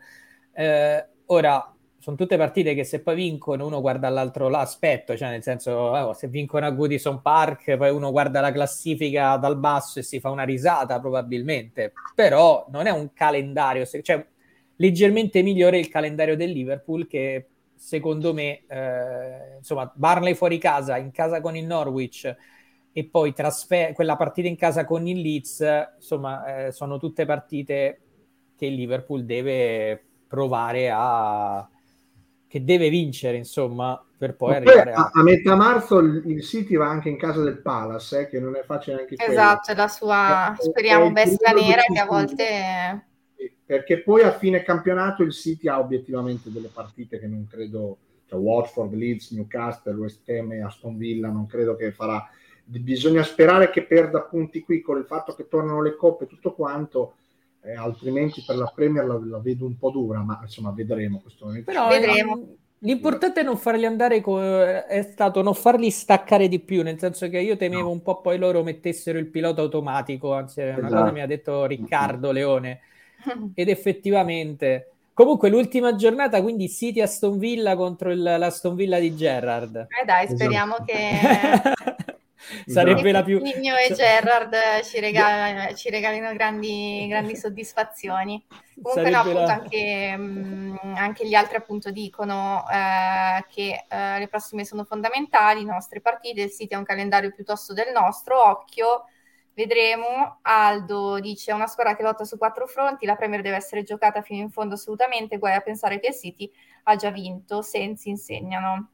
Eh, ora, sono tutte partite che se poi vincono uno guarda all'altro l'aspetto, cioè nel senso, oh, se vincono a Goodison Park poi uno guarda la classifica dal basso e si fa una risata probabilmente, però non è un calendario, cioè leggermente migliore il calendario del Liverpool che secondo me, eh, insomma, Burnley fuori casa, in casa con il Norwich e poi trasfer- quella partita in casa con il Leeds, insomma, eh, sono tutte partite che il Liverpool deve provare a... che deve vincere, insomma, per poi Ma arrivare poi a... a metà marzo il, il City va anche in casa del Palace, eh, che non è facile anche quello. Esatto, è la sua, è, speriamo, è bestia nera che a decisivo. volte... Perché poi a fine campionato il City ha obiettivamente delle partite che non credo, cioè Watford, Leeds, Newcastle, West Ham e Aston Villa, non credo che farà. Bisogna sperare che perda punti qui con il fatto che tornano le coppe e tutto quanto, eh, altrimenti per la Premier la, la vedo un po' dura, ma insomma vedremo questo momento. Però vedremo. L'importante è non farli andare, co- è stato non farli staccare di più, nel senso che io temevo No. un po' poi loro mettessero il pilota automatico, anzi è una Esatto. cosa mi ha detto Riccardo Leone, ed effettivamente... Comunque l'ultima giornata, quindi City Aston Villa contro il, l'Aston Villa di Gerrard. Eh dai, speriamo Esatto. che... Sarebbe la più... Coutinho e Gerrard ci, regala, ci regalino grandi, grandi soddisfazioni. Comunque no, appunto, la... anche, mh, anche gli altri appunto dicono eh, che eh, le prossime sono fondamentali, le nostre partite, il City ha un calendario piuttosto del nostro, occhio, vedremo. Aldo dice una squadra che lotta su quattro fronti, la Premier deve essere giocata fino in fondo assolutamente, guai a pensare che il City ha già vinto, Sensi insegnano.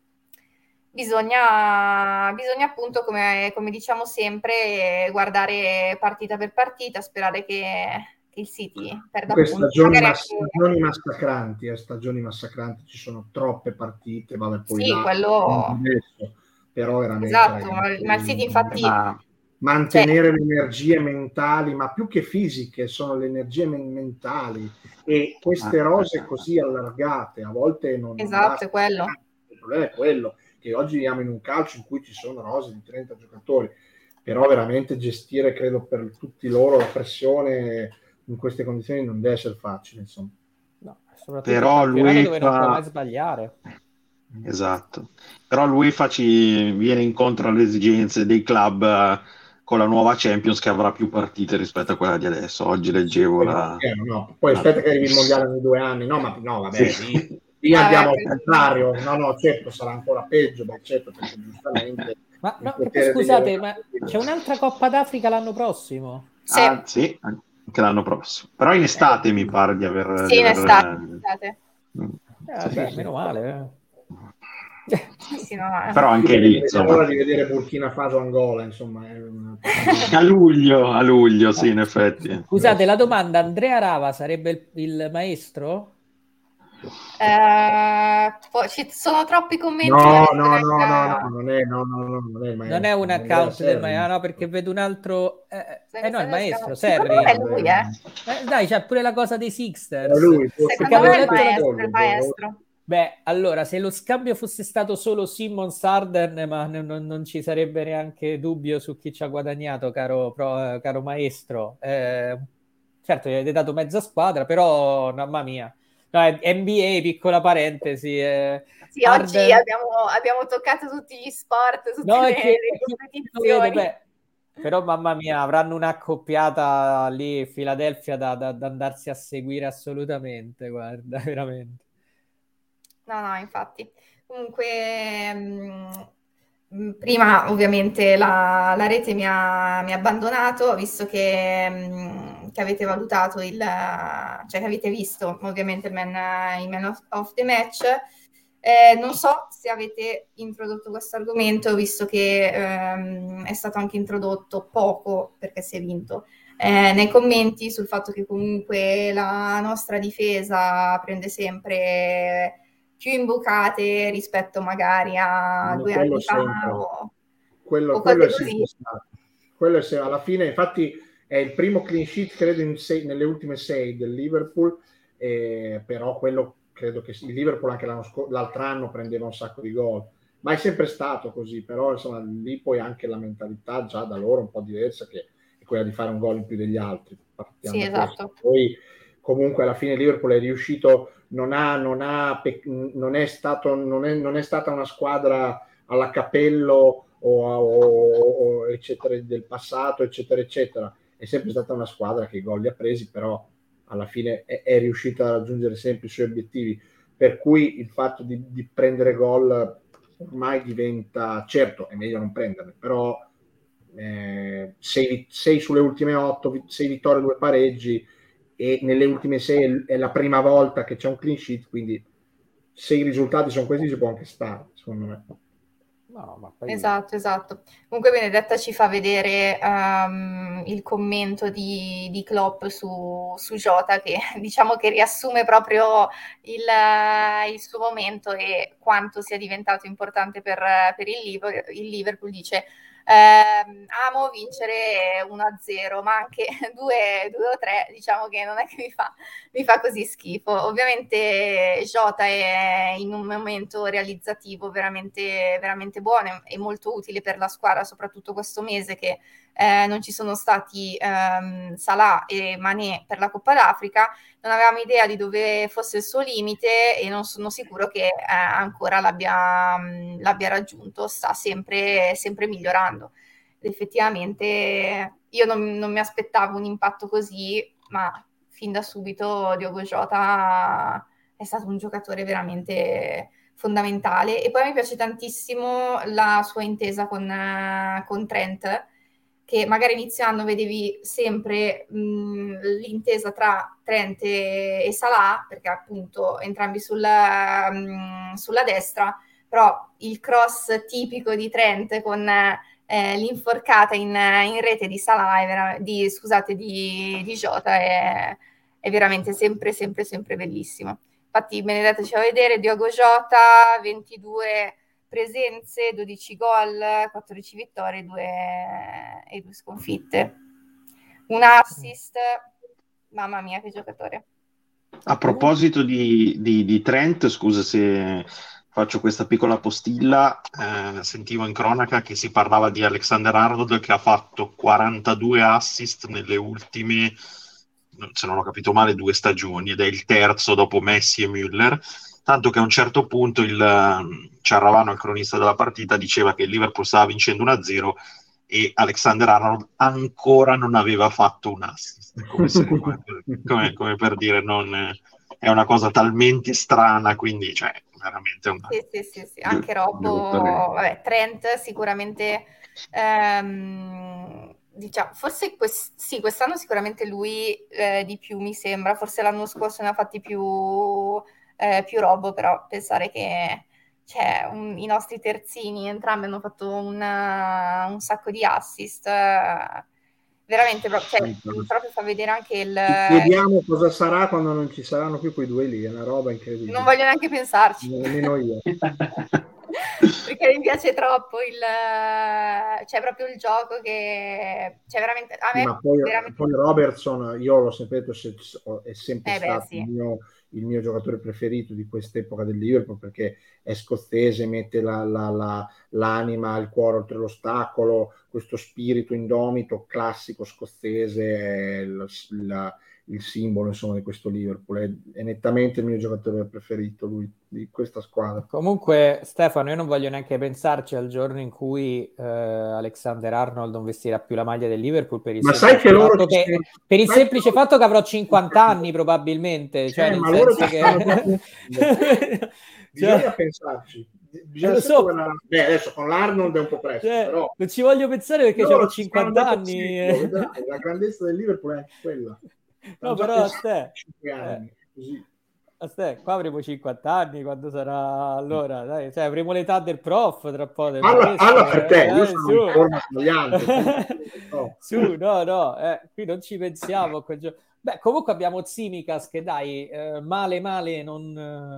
Bisogna, bisogna appunto, come, come diciamo sempre, guardare partita per partita, sperare che, che il City perda punti. Stagioni, mass- stagioni massacranti, eh, stagioni massacranti, ci sono troppe partite, vabbè, poi sì, là, quello... adesso, però veramente... Esatto, ragazzi, ma il City infatti... Ma... mantenere cioè... le energie mentali, ma più che fisiche, sono le energie men- mentali, e queste rose così allargate, a volte non... Esatto, è quello. Il problema è quello, che oggi viviamo in un calcio in cui ci sono rose di trenta giocatori, però veramente gestire, credo, per tutti loro la pressione in queste condizioni non deve essere facile, insomma. No, soprattutto però lui dove fa... non può mai sbagliare. Esatto, però l'UEFA ci viene incontro alle esigenze dei club eh, con la nuova Champions, che avrà più partite rispetto a quella di adesso. Oggi leggevo la... Eh, no. Poi aspetta che arrivi il mondiale nei due anni, no, ma no, vabbè, Sì. lì, lì andiamo al contrario, no, no, certo, sarà ancora peggio, beh, certo, perché giustamente... Ma no, che poi scusate, ma c'è un'altra Coppa d'Africa l'anno prossimo? Sì. Ah, sì, anche l'anno prossimo. Però in estate eh, mi pare di aver... Sì, di in aver... estate. Eh, vabbè, sì, meno sì. male, eh. Sì, no, eh. Però anche lì insomma... ora di vedere Burkina Faso Angola, insomma, è una... a luglio, a luglio, sì, in effetti. Scusate, la domanda, Andrea Rava sarebbe il, il maestro? Eh, ci sono troppi commenti. No, no, no, no, no, non è, no, no, no, non è il maestro. Non è un account del maestro, no, perché vedo un altro. Eh, eh no, il maestro, Serri. È lui, eh. eh dai, c'è pure la cosa dei Sixers. È lui, secondo me è il maestro, il maestro. Beh, allora, se lo scambio fosse stato solo Simmons Harden, ma non, non ci sarebbe neanche dubbio su chi ci ha guadagnato, caro, pro, caro maestro. Eh, certo gli avete dato mezza squadra, però mamma mia. No, N B A, piccola parentesi. Eh, sì, Harden... oggi abbiamo, abbiamo toccato tutti gli sport, tutte no, le, che, le competizioni. vede, beh, però mamma mia, avranno un'accoppiata lì, Philadelphia, da, da, da andarsi a seguire assolutamente, guarda, veramente. No, no, infatti. Comunque, mh, prima ovviamente la, la rete mi ha, mi ha abbandonato, visto che, mh, che avete valutato il, cioè che avete visto ovviamente il man, il man of, of the match. Eh, non so se avete introdotto questo argomento, visto che ehm, è stato anche introdotto poco, perché si è vinto, eh, nei commenti sul fatto che comunque la nostra difesa prende sempre più imbucate rispetto magari a Ma due quello anni fa sempre, o, quello, o quello cose è sempre così. stato. Quello è se- alla fine, infatti, è il primo clean sheet, credo, in sei, nelle ultime sei del Liverpool, eh, però quello credo che il Liverpool anche l'anno scor- l'altro anno prendeva un sacco di gol, ma è sempre stato così, però insomma lì poi anche la mentalità già da loro un po' diversa, che è quella di fare un gol in più degli altri. Partiamo Sì, da questo. esatto. Poi comunque alla fine il Liverpool è riuscito, non, ha, non, ha, non, è stato, non, è, non è stata una squadra alla Capello o, o, o eccetera del passato, eccetera, eccetera. È sempre stata una squadra che i gol li ha presi, però alla fine è, è riuscita a raggiungere sempre i suoi obiettivi. Per cui il fatto di, di prendere gol ormai diventa, certo, è meglio non prenderne, però eh, sei, sei sulle ultime otto, sei vittorie, due pareggi, e nelle ultime sei è la prima volta che c'è un clean sheet, quindi se i risultati sono questi ci può anche stare, secondo me. No, ma poi... Esatto, esatto. Comunque Benedetta ci fa vedere um, il commento di, di Klopp su, su Jota, che diciamo che riassume proprio il, il suo momento e quanto sia diventato importante per, per il, Liverpool. Il Liverpool dice ehm, amo vincere uno a zero, ma anche due o tre, diciamo che non è che mi fa, mi fa così schifo. Ovviamente Jota è in un momento realizzativo veramente, veramente buono e molto utile per la squadra, soprattutto questo mese che eh, non ci sono stati ehm, Salah e Mané per la Coppa d'Africa. Non avevamo idea di dove fosse il suo limite e non sono sicuro che eh, ancora l'abbia, l'abbia raggiunto, sta sempre, sempre migliorando. Ed effettivamente io non, non mi aspettavo un impatto così, ma fin da subito Diogo Jota è stato un giocatore veramente fondamentale. E poi mi piace tantissimo la sua intesa con, uh, con Trent, che magari inizio anno vedevi sempre mh, l'intesa tra Trent e, e Salah, perché appunto entrambi sulla, mh, sulla destra, però il cross tipico di Trent con eh, l'inforcata in, in rete di Salah, è vera- di, scusate, di, di Jota è, è veramente sempre, sempre, sempre bellissimo. Infatti Benedetta ci fa vedere Diogo Jota, ventidue presenze, dodici gol, quattordici vittorie due, e due sconfitte. Un assist, mamma mia che giocatore. A proposito di, di- di Trent, scusa se faccio questa piccola postilla, eh, sentivo in cronaca che si parlava di Alexander Arnold che ha fatto quarantadue assist nelle ultime, se non ho capito male, due stagioni ed è il terzo dopo Messi e Müller, tanto che a un certo punto il Ciarravano, il cronista della partita, diceva che il Liverpool stava vincendo uno a zero e Alexander Arnold ancora non aveva fatto un assist, come, se, come, come, come per dire non, è una cosa talmente strana, quindi cioè veramente una... Sì, sì, sì, sì. Anche Robbo, vabbè, Trent sicuramente ehm, diciamo, forse quest- sì, quest'anno sicuramente lui eh, di più mi sembra, forse l'anno scorso ne ha fatti più, eh, più Robbo, però pensare che cioè, un- i nostri terzini entrambi hanno fatto una- un sacco di assist, eh, veramente pro- cioè, proprio fa vedere anche il... Vediamo cosa sarà quando non ci saranno più quei due lì, è una roba incredibile. Non voglio neanche pensarci. Nemmeno io. Perché mi piace troppo il cioè proprio il gioco che cioè veramente a me Ma poi, veramente... poi Robertson, io l'ho sempre detto, è sempre eh beh, stato sì. il mio, il mio giocatore preferito di quest'epoca del Liverpool, perché è scozzese, mette la, la, la, l'anima, il cuore oltre l'ostacolo, questo spirito indomito classico scozzese, il, il, il simbolo, insomma, di questo Liverpool. È, è nettamente il mio giocatore preferito, lui, di questa squadra. Comunque, Stefano, io non voglio neanche pensarci al giorno in cui eh, Alexander Arnold non vestirà più la maglia del Liverpool per il Ma semplice, sai che loro fatto, ci che, stanno- per il sai semplice che loro- fatto che avrò cinquanta anni probabilmente, cioè Eh, nel ma loro senso ci stanno già che... pensando. Bisogna cioè, pensarci. eh, Bisogna lo sempre so, guardare- Beh, adesso con l'Arnold è un po' presto, cioè, però non ci voglio pensare perché loro avrò ci stanno cinquanta già anni. pensando, vedrai, la grandezza del Liverpool è anche quella. Stanno No, già però, pensando a Ste, cinque eh, anni, così. Ste, qua avremo cinquanta anni quando sarà allora, dai, cioè, avremo l'età del prof tra un po' del Parla, parla maestro, per te, eh, io dai, sono in su. forma sbagliante. No. Su, no, no, eh, qui non ci pensiamo a quel gioco. Beh, comunque abbiamo Tsimikas che dai, eh, male male non,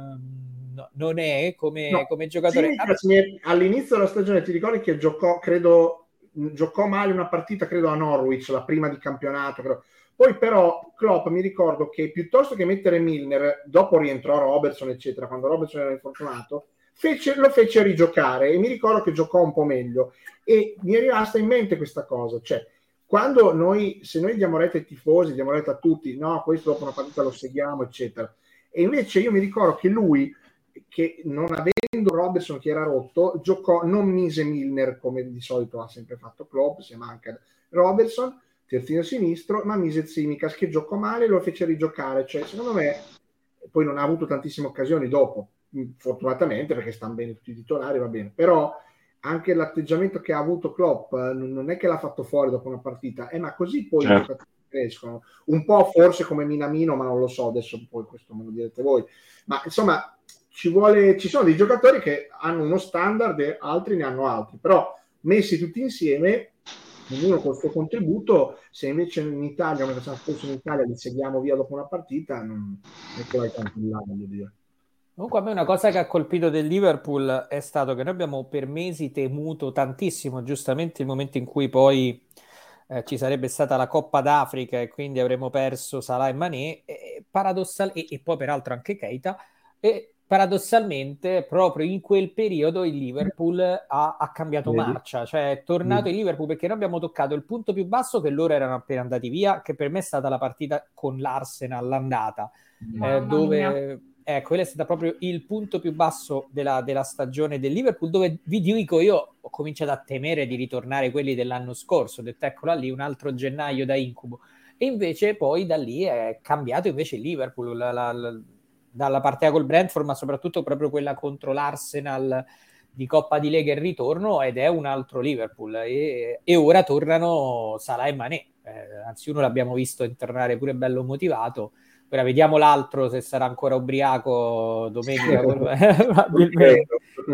eh, no- non è come, No, come giocatore. Ah, Tsimikas mi è- all'inizio della stagione ti ricordi che giocò, credo, giocò male una partita, credo a Norwich, la prima di campionato, credo. Poi però Klopp mi ricordo che piuttosto che mettere Milner, dopo rientrò Robertson, eccetera, quando Robertson era infortunato, fece, lo fece rigiocare e mi ricordo che giocò un po' meglio. E mi è rimasta in mente questa cosa, cioè quando noi, se noi diamo retta ai tifosi, diamo retta a tutti, no, questo dopo una partita lo seguiamo, eccetera. E invece io mi ricordo che lui, che non avendo Robertson che era rotto, giocò, non mise Milner come di solito ha sempre fatto Klopp, se manca Robertson, terzino sinistro, ma mise Tsimikas che giocò male e lo fece rigiocare. Cioè, secondo me, poi non ha avuto tantissime occasioni dopo, fortunatamente, perché stanno bene tutti i titolari, va bene, però anche l'atteggiamento che ha avuto Klopp non è che l'ha fatto fuori dopo una partita, eh, ma così poi certo. I giocatori crescono, un po' forse come Minamino, ma non lo so, adesso poi questo me lo direte voi, ma insomma ci vuole, ci sono dei giocatori che hanno uno standard e altri ne hanno altri, però messi tutti insieme, ognuno col suo contributo, se invece in Italia, come facciamo spesso in Italia, li seguiamo via dopo una partita, non è che vai tanto in là, voglio dire. Comunque a me una cosa che ha colpito del Liverpool è stato che noi abbiamo per mesi temuto tantissimo, giustamente il momento in cui poi eh, ci sarebbe stata la Coppa d'Africa e quindi avremmo perso Salah e Mané e, paradossal- e, e poi peraltro anche Keita e paradossalmente proprio in quel periodo il Liverpool ha, ha cambiato Vedi? marcia, cioè è tornato Mm. il Liverpool perché noi abbiamo toccato il punto più basso che loro erano appena andati via, che per me è stata la partita con l'Arsenal, l'andata, eh, dove... Eh, quello è stato proprio il punto più basso della, della stagione del Liverpool, dove vi dico io ho cominciato a temere di ritornare quelli dell'anno scorso, ho detto eccola lì un altro gennaio da incubo, e invece poi da lì è cambiato invece il Liverpool, la, la, la, dalla partita col Brentford, ma soprattutto proprio quella contro l'Arsenal di Coppa di Lega e ritorno, ed è un altro Liverpool, e, e ora tornano Salah e Mané, eh, anzi uno l'abbiamo visto tornare pure bello motivato. Ora vediamo l'altro se sarà ancora ubriaco domenica. Probabilmente.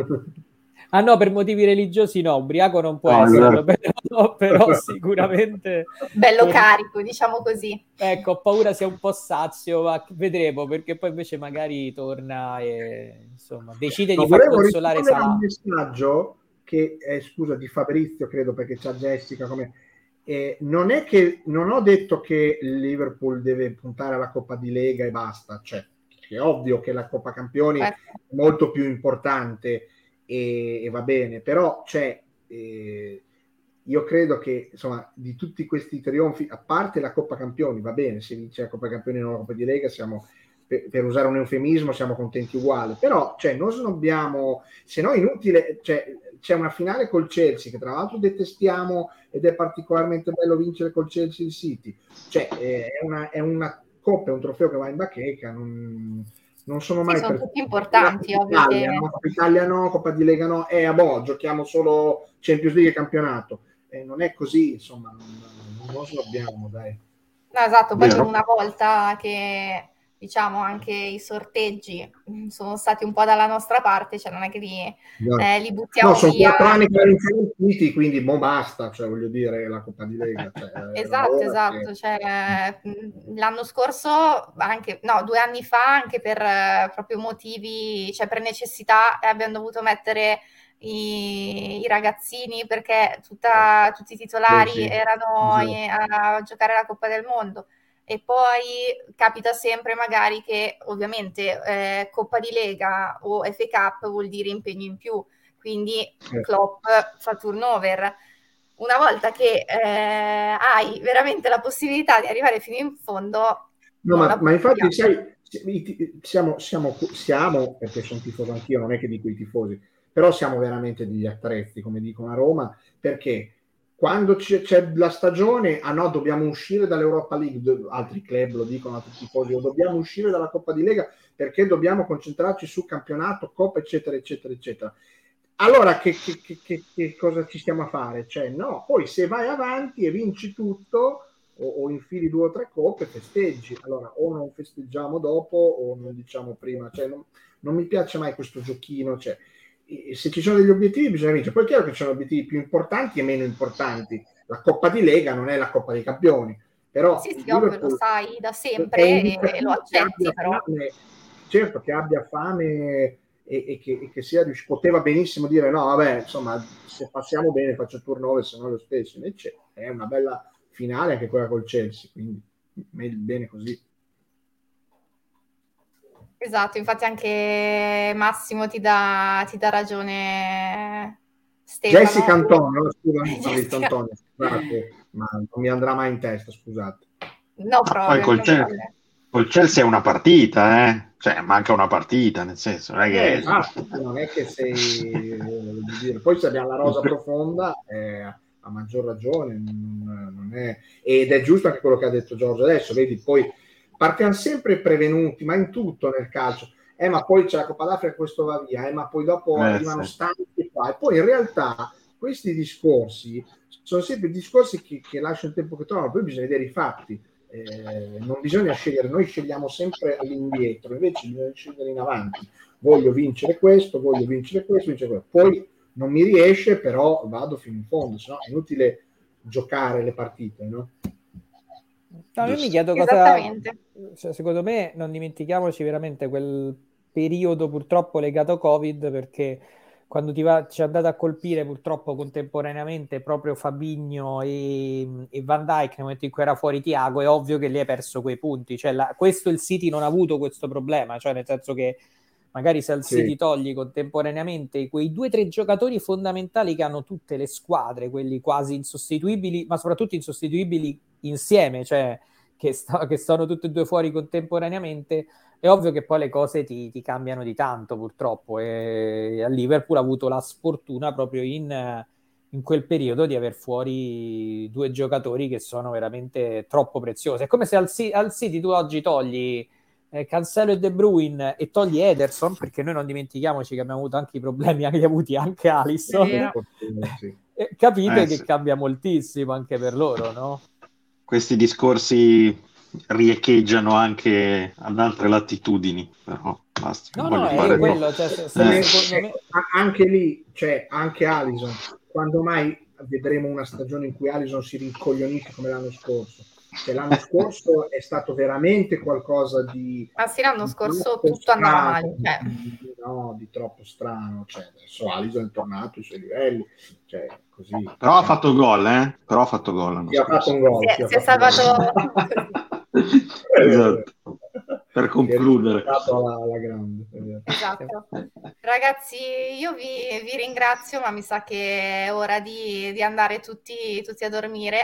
Ah no, per motivi religiosi no, ubriaco non può no, esserlo, però, però sicuramente... Bello carico, diciamo così. Ecco, ho paura sia un po' sazio, ma vedremo, perché poi invece magari torna e insomma decide no, di far consolare Salah. Un messaggio che è, scusa, di Fabrizio, credo, perché c'ha Jessica come... Eh, non è che non ho detto che il Liverpool deve puntare alla Coppa di Lega e basta, cioè è ovvio che la Coppa Campioni è molto più importante e, e va bene, però c'è eh, io credo che insomma di tutti questi trionfi, a parte la Coppa Campioni, va bene, se vince la Coppa Campioni e non la Coppa di Lega siamo, per, per usare un eufemismo, siamo contenti uguali, però cioè non snobbiamo, se no inutile, cioè c'è una finale col Chelsea che tra l'altro detestiamo ed è particolarmente bello vincere col Chelsea il City, cioè è una, è una coppa, è un trofeo che va in bacheca, non, non sono mai sì, sono per... tutti importanti, ovvio che... no, Coppa Italia no, Coppa di Lega no, e eh, a boh, giochiamo solo Champions League e campionato, eh, non è così, insomma, non, non lo abbiamo, dai. No, esatto, poi Vero. per una volta che diciamo anche i sorteggi sono stati un po' dalla nostra parte, cioè non è che li, eh, li buttiamo no, sono via. quattro anni che erano finiti, quindi boh, basta, cioè voglio dire la Coppa di Lega. Cioè, esatto, esatto, che... cioè, l'anno scorso, anche no, due anni fa, anche per eh, proprio motivi, cioè per necessità, abbiamo dovuto mettere I, i ragazzini perché tutta, tutti i titolari sì, sì. erano esatto. a, a giocare la Coppa del Mondo, e poi capita sempre magari che ovviamente eh, Coppa di Lega o F A Cup vuol dire impegno in più, quindi sì. Klopp fa turnover. Una volta che eh, hai veramente la possibilità di arrivare fino in fondo, No, ma, ma infatti, sai, siamo, siamo, siamo, perché sono tifoso anch'io, non è che dico i tifosi, però siamo veramente degli attrezzi, come dicono a Roma, perché quando c'è, c'è la stagione, ah no, dobbiamo uscire dall'Europa League, altri club lo dicono, altri tifosi, o dobbiamo uscire dalla Coppa di Lega perché dobbiamo concentrarci sul campionato, Coppa, eccetera, eccetera, eccetera. Allora che, che, che, che, che cosa ci stiamo a fare? Cioè, no, poi se vai avanti e vinci tutto, o, o infili due o tre coppe, festeggi. Allora, o non festeggiamo dopo, o non diciamo prima. Cioè, non, non mi piace mai questo giochino. Cioè, se ci sono degli obiettivi bisogna vincere. Poi è chiaro che ci sono obiettivi più importanti e meno importanti. La Coppa di Lega non è la Coppa dei Campioni, però sì, sì, ovvio, lo sai da sempre e lo accetti, però. Fame, certo, che abbia fame e, e, che, e che sia riuscito, poteva benissimo dire no, vabbè, insomma, se passiamo bene faccio il turnover, se no lo stesso. Invece è una bella finale anche quella col Chelsea, quindi bene così. Esatto, infatti anche Massimo ti dà, ti dà ragione, Stefano. Jessica Antonio, scusa, non ho detto Antonio, scusate, ma non mi andrà mai in testa, scusate. No, proprio. Poi col, Chelsea, col Chelsea è una partita, eh? Cioè manca una partita, nel senso, non è che... Eh, esatto, non è che sei... dire. Poi se abbiamo la rosa profonda, eh, a maggior ragione, non, non è... ed è giusto anche quello che ha detto Giorgio adesso, vedi, poi partiamo sempre prevenuti, ma in tutto nel calcio. Eh, ma poi c'è la Coppa d'Africa, questo va via, eh, ma poi dopo eh, arrivano sì. stanchi qua. E poi in realtà questi discorsi sono sempre discorsi che, che lasciano il tempo che trovano, poi bisogna vedere i fatti. Eh, non bisogna scegliere, noi scegliamo sempre all'indietro, invece bisogna scegliere in avanti. Voglio vincere questo, voglio vincere questo, vincere questo. Poi non mi riesce, però vado fino in fondo, sennò è inutile giocare le partite, no? No, io mi chiedo cosa, cioè, secondo me non dimentichiamoci veramente quel periodo purtroppo legato a Covid, perché quando ti va, ci è andato a colpire purtroppo contemporaneamente proprio Fabinho e, e Van Dijk nel momento in cui era fuori Thiago, è ovvio che lì hai perso quei punti, cioè la, questo il City non ha avuto questo problema, cioè nel senso che magari se al sì. City togli contemporaneamente quei due o tre giocatori fondamentali che hanno tutte le squadre, quelli quasi insostituibili, ma soprattutto insostituibili insieme, cioè che, sta, che sono tutti e due fuori contemporaneamente, è ovvio che poi le cose ti, ti cambiano di tanto purtroppo, e a Liverpool ha avuto la sfortuna proprio in, in quel periodo di aver fuori due giocatori che sono veramente troppo preziosi. È come se al, al City tu oggi togli eh, Cancelo e De Bruyne e togli Ederson, perché noi non dimentichiamoci che abbiamo avuto anche i problemi che ha avuti anche Alisson, sì. E capite eh, che sì. cambia moltissimo anche per loro, no? Questi discorsi riecheggiano anche ad altre latitudini, però basta. No, no, è fare quello, cioè, se, se eh. secondo me... anche lì, cioè, anche Alisson, quando mai vedremo una stagione in cui Alisson si rincoglionisce come l'anno scorso? Cioè, l'anno scorso è stato veramente qualcosa di... Ma sì, l'anno scorso tutto andava male. Cioè. Di, no, di troppo strano. Cioè, adesso Alisson è tornato ai suoi livelli. Cioè, così. Però ha fatto gol, eh? Però ha fatto gol. Sì, ha fatto un gol. Si è, si è salvato... Esatto. Per concludere. Alla, alla grande. Esatto. Ragazzi, io vi, vi ringrazio, ma mi sa che è ora di, di andare tutti, tutti a dormire.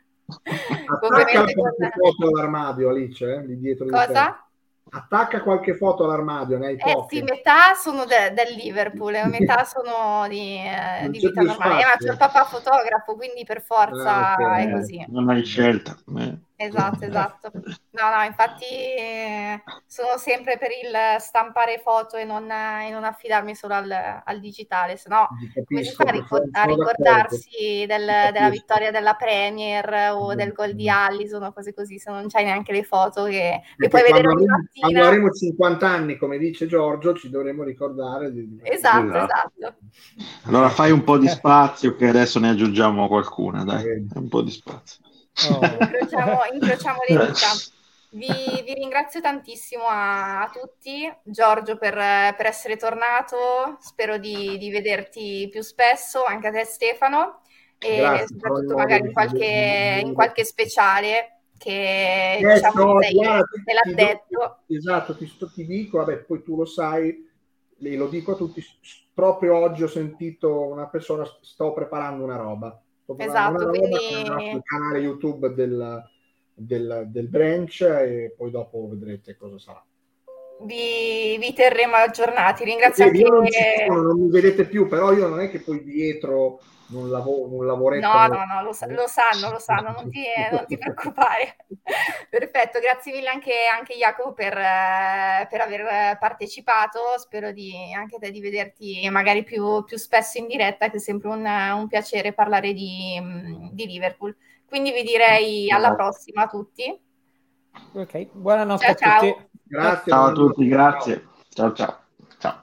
Attacca qualche con... foto all'armadio, Alice, eh? Lì dietro di Cosa? Te. Attacca qualche foto all'armadio, ne hai eh poche. sì, metà sono de- del Liverpool e metà sono di, eh, di vita normale. Eh, ma c'è il papà fotografo, quindi per forza ah, okay. è così. Non hai scelta. Eh. Esatto, esatto. No, no, infatti eh, sono sempre per il stampare foto e non, e non affidarmi solo al, al digitale, se no come si fa a, ricor- a ricordarsi del, della vittoria della Premier o del gol di Alisson o cose così, se non c'hai neanche le foto che, che puoi vedere ogni mattina. Quando avremo cinquanta anni, come dice Giorgio, ci dovremo ricordare di... Esatto, esatto, esatto. Allora fai un po' di spazio che adesso ne aggiungiamo qualcuna, dai, un po' di spazio. Oh. Incrociamo, incrociamo le dita. Vi, vi ringrazio tantissimo a, a tutti, Giorgio per, per essere tornato, spero di, di vederti più spesso, anche a te Stefano, e Grazie, soprattutto magari in qualche, in qualche speciale che eh, diciamo no, sei, guarda, te l'ha ti detto. Do, esatto, ti, sto, ti dico, vabbè, poi tu lo sai, lo dico a tutti, proprio oggi ho sentito una persona, sto preparando una roba. Esatto, una quindi roba sul canale YouTube del, del, del branch e poi dopo vedrete cosa sarà. Vi, vi terremo aggiornati. Ringrazio Perché anche... io non ci sono, non mi vedete più, però io non è che poi dietro non lavoro, un lavoretto. No, no, no, lo, lo sanno, lo sanno, non ti, non ti preoccupare. Perfetto, grazie mille anche, anche Jacopo per, eh, per aver partecipato. Spero di, anche te di vederti magari più, più spesso in diretta, che è sempre un, un piacere parlare di, di Liverpool. Quindi vi direi alla prossima a tutti. Ok, buonanotte Ciao, a tutti. ciao. Grazie. Ciao a tutti, grazie. Ciao ciao. Ciao.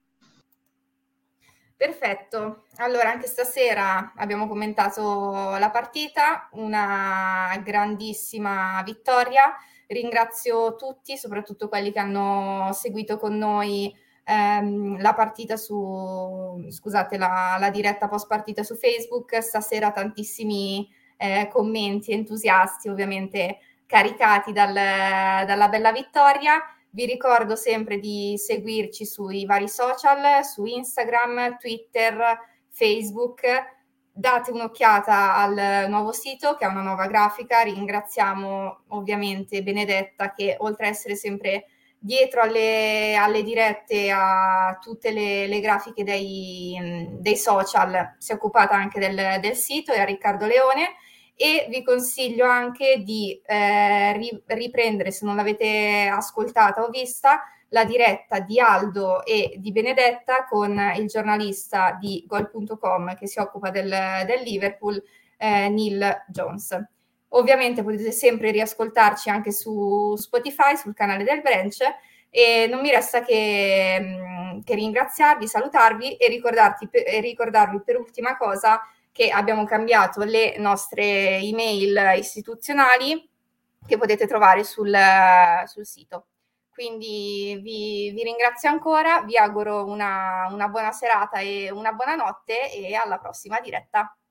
Perfetto, allora anche stasera abbiamo commentato la partita, una grandissima vittoria. Ringrazio tutti, soprattutto quelli che hanno seguito con noi ehm, la partita su, scusate, la, la diretta post partita su Facebook. Stasera tantissimi eh, commenti entusiasti, ovviamente caricati dal, dalla bella vittoria. Vi ricordo sempre di seguirci sui vari social, su Instagram, Twitter, Facebook. Date un'occhiata al nuovo sito che ha una nuova grafica. Ringraziamo ovviamente Benedetta che oltre a essere sempre dietro alle, alle dirette, a tutte le, le grafiche dei, dei social, si è occupata anche del, del sito, e a Riccardo Leone. E vi consiglio anche di eh, ri- riprendere, se non l'avete ascoltata o vista, la diretta di Aldo e di Benedetta con il giornalista di Gol punto com che si occupa del, del Liverpool, eh, Neil Jones. Ovviamente potete sempre riascoltarci anche su Spotify, sul canale del Branch, e non mi resta che, che ringraziarvi, salutarvi e ricordarti, e ricordarvi per ultima cosa che abbiamo cambiato le nostre email istituzionali che potete trovare sul, sul sito. Quindi vi, vi ringrazio ancora, vi auguro una, una buona serata e una buona notte e alla prossima diretta.